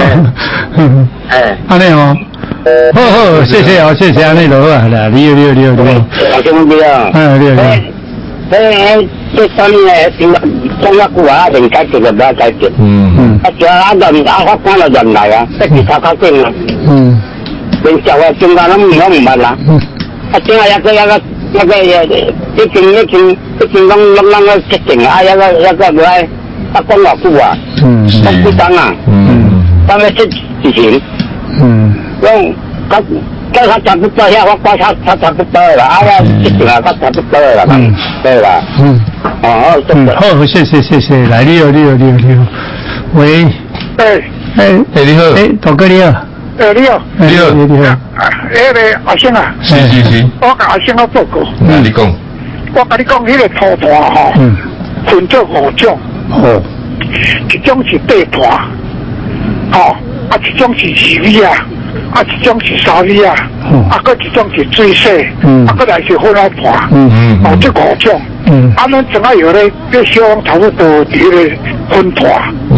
C: 安尼哦，好，谢谢，安尼就好啊，啦，你好。
S: 啊，什么你好？
C: 你好。
S: 这三年中央股啊，定解决就不要解决。法官就人来啊，一直查证啊。连小啊，中间拢唔捌啦。正一个。一群拢个决定啊，一个来讲偌久啊，讲几档啊，当个事情，讲他差不多遐，我讲他差不多啦，决定啊，他差不多啦，对啦，
C: 好，谢谢，来你好，喂，
B: 你好，
C: 大哥你好。
S: 你好。
C: 个
S: 阿星啊，
B: 是，
S: 我甲阿星我做过。
B: 你讲，
S: 我甲你讲，迄个土团吼，分做5种。一种是地团，一种是鱼米啊，一种是沙米啊，搁一种是水洗，搁来是混合团。这5种。咱正啊有咧，这小王差不多伫个分团。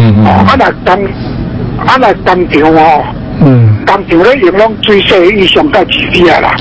S: 来工厂哦。工厂咧用拢水洗以上到2米啊啦。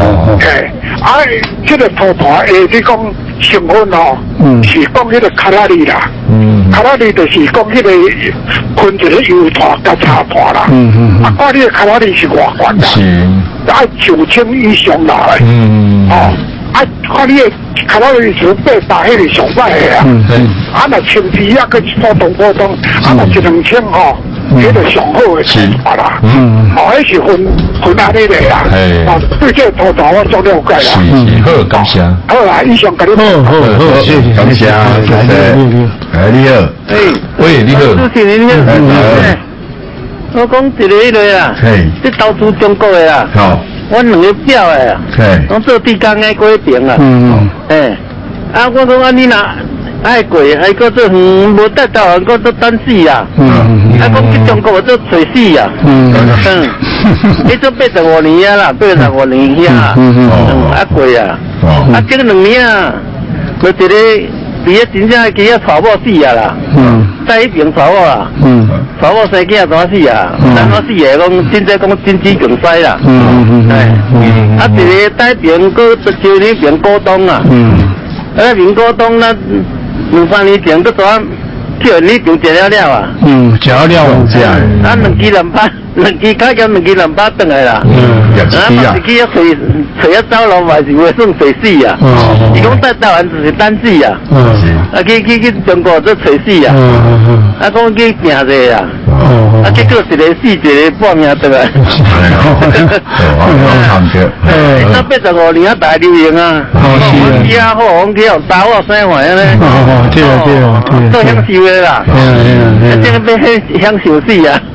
S: 这个土团你讲成分哦，是讲迄个卡拉里啦。卡拉里就是讲迄个分一个油团甲茶团啦。看你的卡拉里是偌悬啦，9000以上啦。看你的卡拉里是800，迄个上歹的啊。若1000支啊，佮普通，若12000吼。迄个上好的吃法啦，迄是分安尼的啦，对这土团我足了解啦。
B: 好，感谢。
S: 好啦，以上甲你。
C: 好，谢谢，
A: 感谢，你好。
B: 喂，你好。
E: 主持人你好。我讲一个迄个啊，这投资中国的啊，我2个表的啊，我做地工的过平啊，我讲你若爱过，搁做无得到，搁做等死啊。讲去中国做找死啊。你做85年啊啦，85年遐。过啊。这个2年啊，就一个伫个真正去带某死啊啦。带迄边带某啦。带某生囝怎死啊？然后死个讲，真正讲经济强衰啦。一个带边搁就那边股东啊。边股东咱。2-3年前，佫怎叫你就食了啊？
C: 食了。
E: 2支2拍，
S: 两支开工，两支200顿来啦。
A: 也是啊。
S: 去要找要走路嘛，是会算找死啊。伊讲在台湾就是单死啊。去中国做找死啊。讲去拼者啊。结果一个死，一个半命倒来。那85年啊大流行啊。我家好，我去用打我生活咧。对。都享受的啦。这个要享受死啊。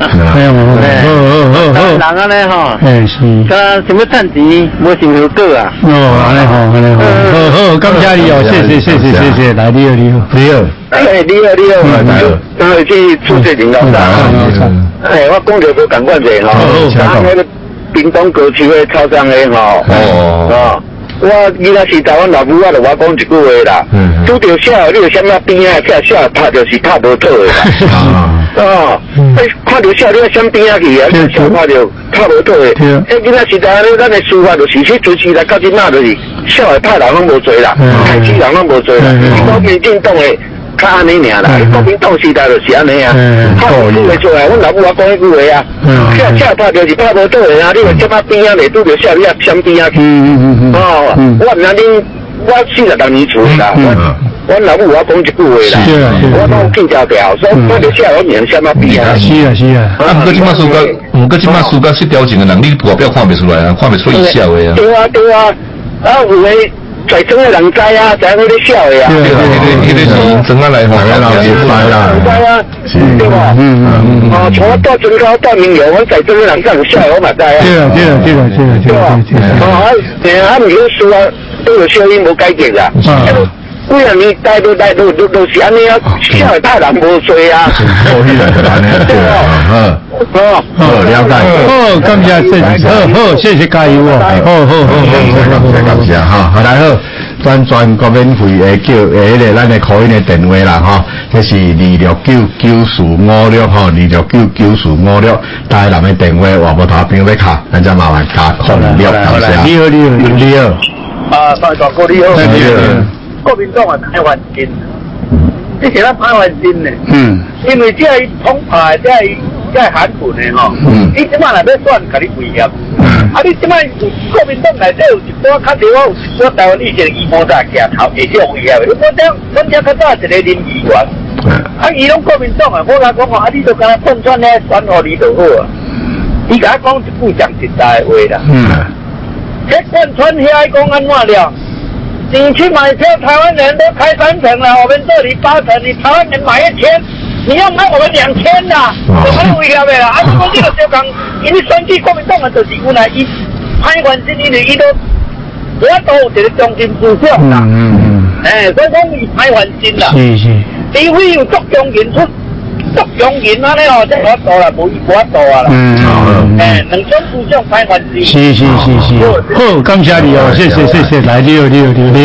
S: 人啊咧吼。是。他想要赚钱，无想要过啊。
C: 安尼好，感谢你哦，谢谢，来你好。
S: 你好，刚才去出席领导大。我讲着不赶快者吼，那个屏东高区的超商的吼，我囡仔时代我老母我就我讲一句话啦，拄着小你有啥物边啊，小拍就是拍无妥的啦，看着小你要闪边啊去啊，小拍着拍无妥的，囡仔时代咧，咱的司法就是去主持来到即马就是小的拍人拢无做啦，开始人拢无做啦，我民进党的。较安尼尔啦，国民党时代就是安尼啊，拍无做出来，阮老母我讲迄句话啊，小拍就是拍无倒的啊，你即马边啊袂拄着小你啊闪边啊去，我毋知恁，我46年厝啦，阮老母我讲一句话啦，我拢记条条，所以拍着小我名闪啊边啊。
C: 是啊。
B: 毋过即马暑假失调情的人，你外表看袂出来啊，看袂出伊小的啊。
S: 对啊，有诶。在装的人知啊，知影你笑的啊。
B: 迄个是装啊来吼，老师知啦。
S: 知啊，对吧？像我到准高到明友，我在装的人敢有笑的，我嘛知啊。
C: 对啊。
S: 毋是输啊，都有小音无改进啦。几啊年待都是安尼啊，笑的太人无做啊。
A: 好，了解。
C: 好，感谢，谢谢加油哦。好，
A: 感谢哈，好来好，全国免费的叫迄个咱的call in的电话啦哈，这是2699456哈，2699456，台南的电话话无头边要卡，咱再麻烦加06，感谢。
C: 你好。
S: 大哥你好。国民党啊，台湾金，这是咱台湾金呢。因为这系统派，这系韩国的吼。你即摆若要选，甲你威胁。你即摆国民党内底有一波较侪，有一波台湾以前伊无在徛头，会少威胁的。阮遮较早一个林议员，伊拢国民党啊，我甲讲吼，你都敢若贯穿咧选互你就好啊。伊甲我讲一句讲实在的话啦。这贯穿遐讲安怎了？你去买票，台湾人都开3成了，我们这里8成，你台湾人买1000，你要买我们2000啦，都很危险的啦。如果这个就讲，因为选举国民党的就是原来伊派关系，因为伊都我都有一个中心思想啦。所以讲伊派关系啦。除非有足中人出。足中人啊！你哦，这我做啦，无法度啊啦。两种思想派关系。
C: 是。好，感谢你哦，谢谢，来你好。
Q: 你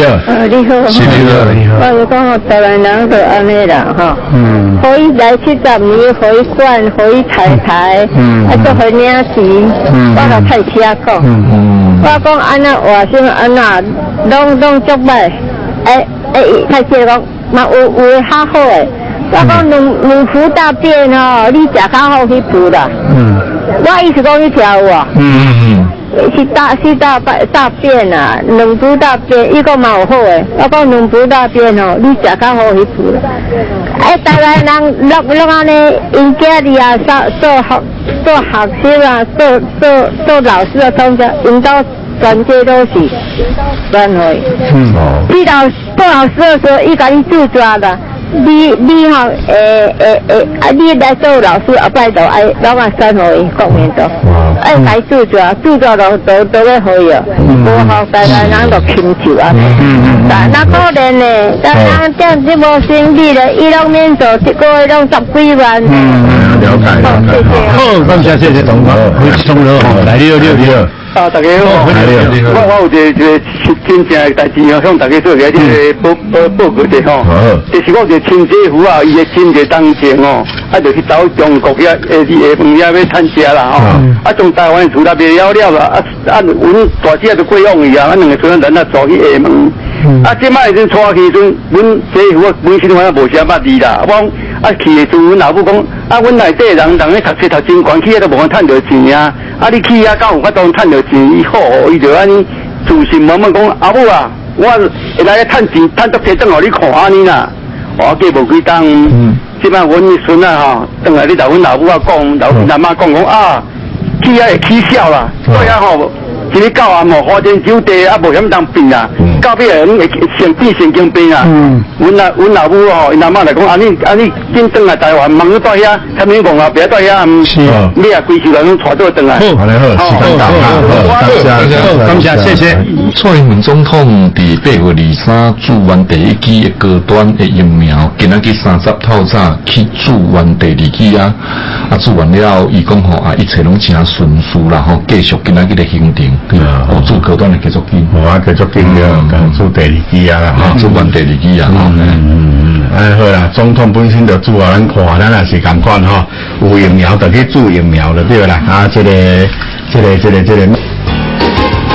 Q: 好。我讲我台湾人就安尼啦，哈。可以来70年，可以管，可以抬，再可以领钱，我就太车讲。我讲安那外省安那，拢足歹。太车讲，嘛有较好诶。我讲两副大便吼，你食较好去补啦。我意思讲你听有啊？是大便啊，两副大便，伊讲嘛有好诶。我讲两副大便吼，你食较好去补啦。台湾人拢安尼，因家里啊，做学生啊，做老师啊，通常因到全街都是转会。你做老师的时候，伊甲你自抓啦。你吼你来做老师后摆就爱老板选互伊国民党，爱来注抓都要好哟，无好台湾人就轻就啊。那可怜呢，咱这样子无生意咧，伊拢免做，一个月拢10几万。
A: 了解。
C: 好，感谢同学，同学好，来你好。
S: 大家好，我有一个真正的代志哦，向大家做个这个报告者吼。就是我一个亲姐夫啊，伊个亲戚当前哦，就去走中国遐下饭遐要参加啦吼。从台湾厝那边了啦，阮大姐就过往伊啊，两个村人啊走去厦门。即摆已经带去阵，阮姐夫本身我也无啥捌字啦，
T: 啊去的时，阮老母讲，啊，阮内底人咧读书读真悬，去都无法趁到钱啊。啊，你去啊，敢有法当趁到钱？伊好，伊就安尼自信满满讲，阿母啊，我会来趁钱，趁足钱转互你看安尼啦。我过无几冬，即摆阮的孙啊吼，转来你甲阮老母啊讲，老妈讲啊，去啊会起笑啦，所以啊吼。一日到暗吼，花天酒地啊，无啥物当病啊，到尾啊，会生病神经病啊。阮老母吼，因阿妈来讲，安尼紧转来台湾，忙去到遐，啥物讲啊，别到遐，是哦，你也规手来拢带倒转来。
A: 好，时间到啊，
C: 感谢，谢谢。
B: 蔡英文总统伫8月23驻院第1期的高端的疫苗，今仔日30透早去驻院第2期啊，驻院了，伊讲吼一切拢真顺遂啦，吼继续今仔日的行程。做高端的继续紧，
A: 继续紧了，做第2期啊，
B: 做完第2期啊，
A: 好啦，总统本身就做啊，咱看，咱也是共款吼，有疫苗就去做疫苗就对啦，这个。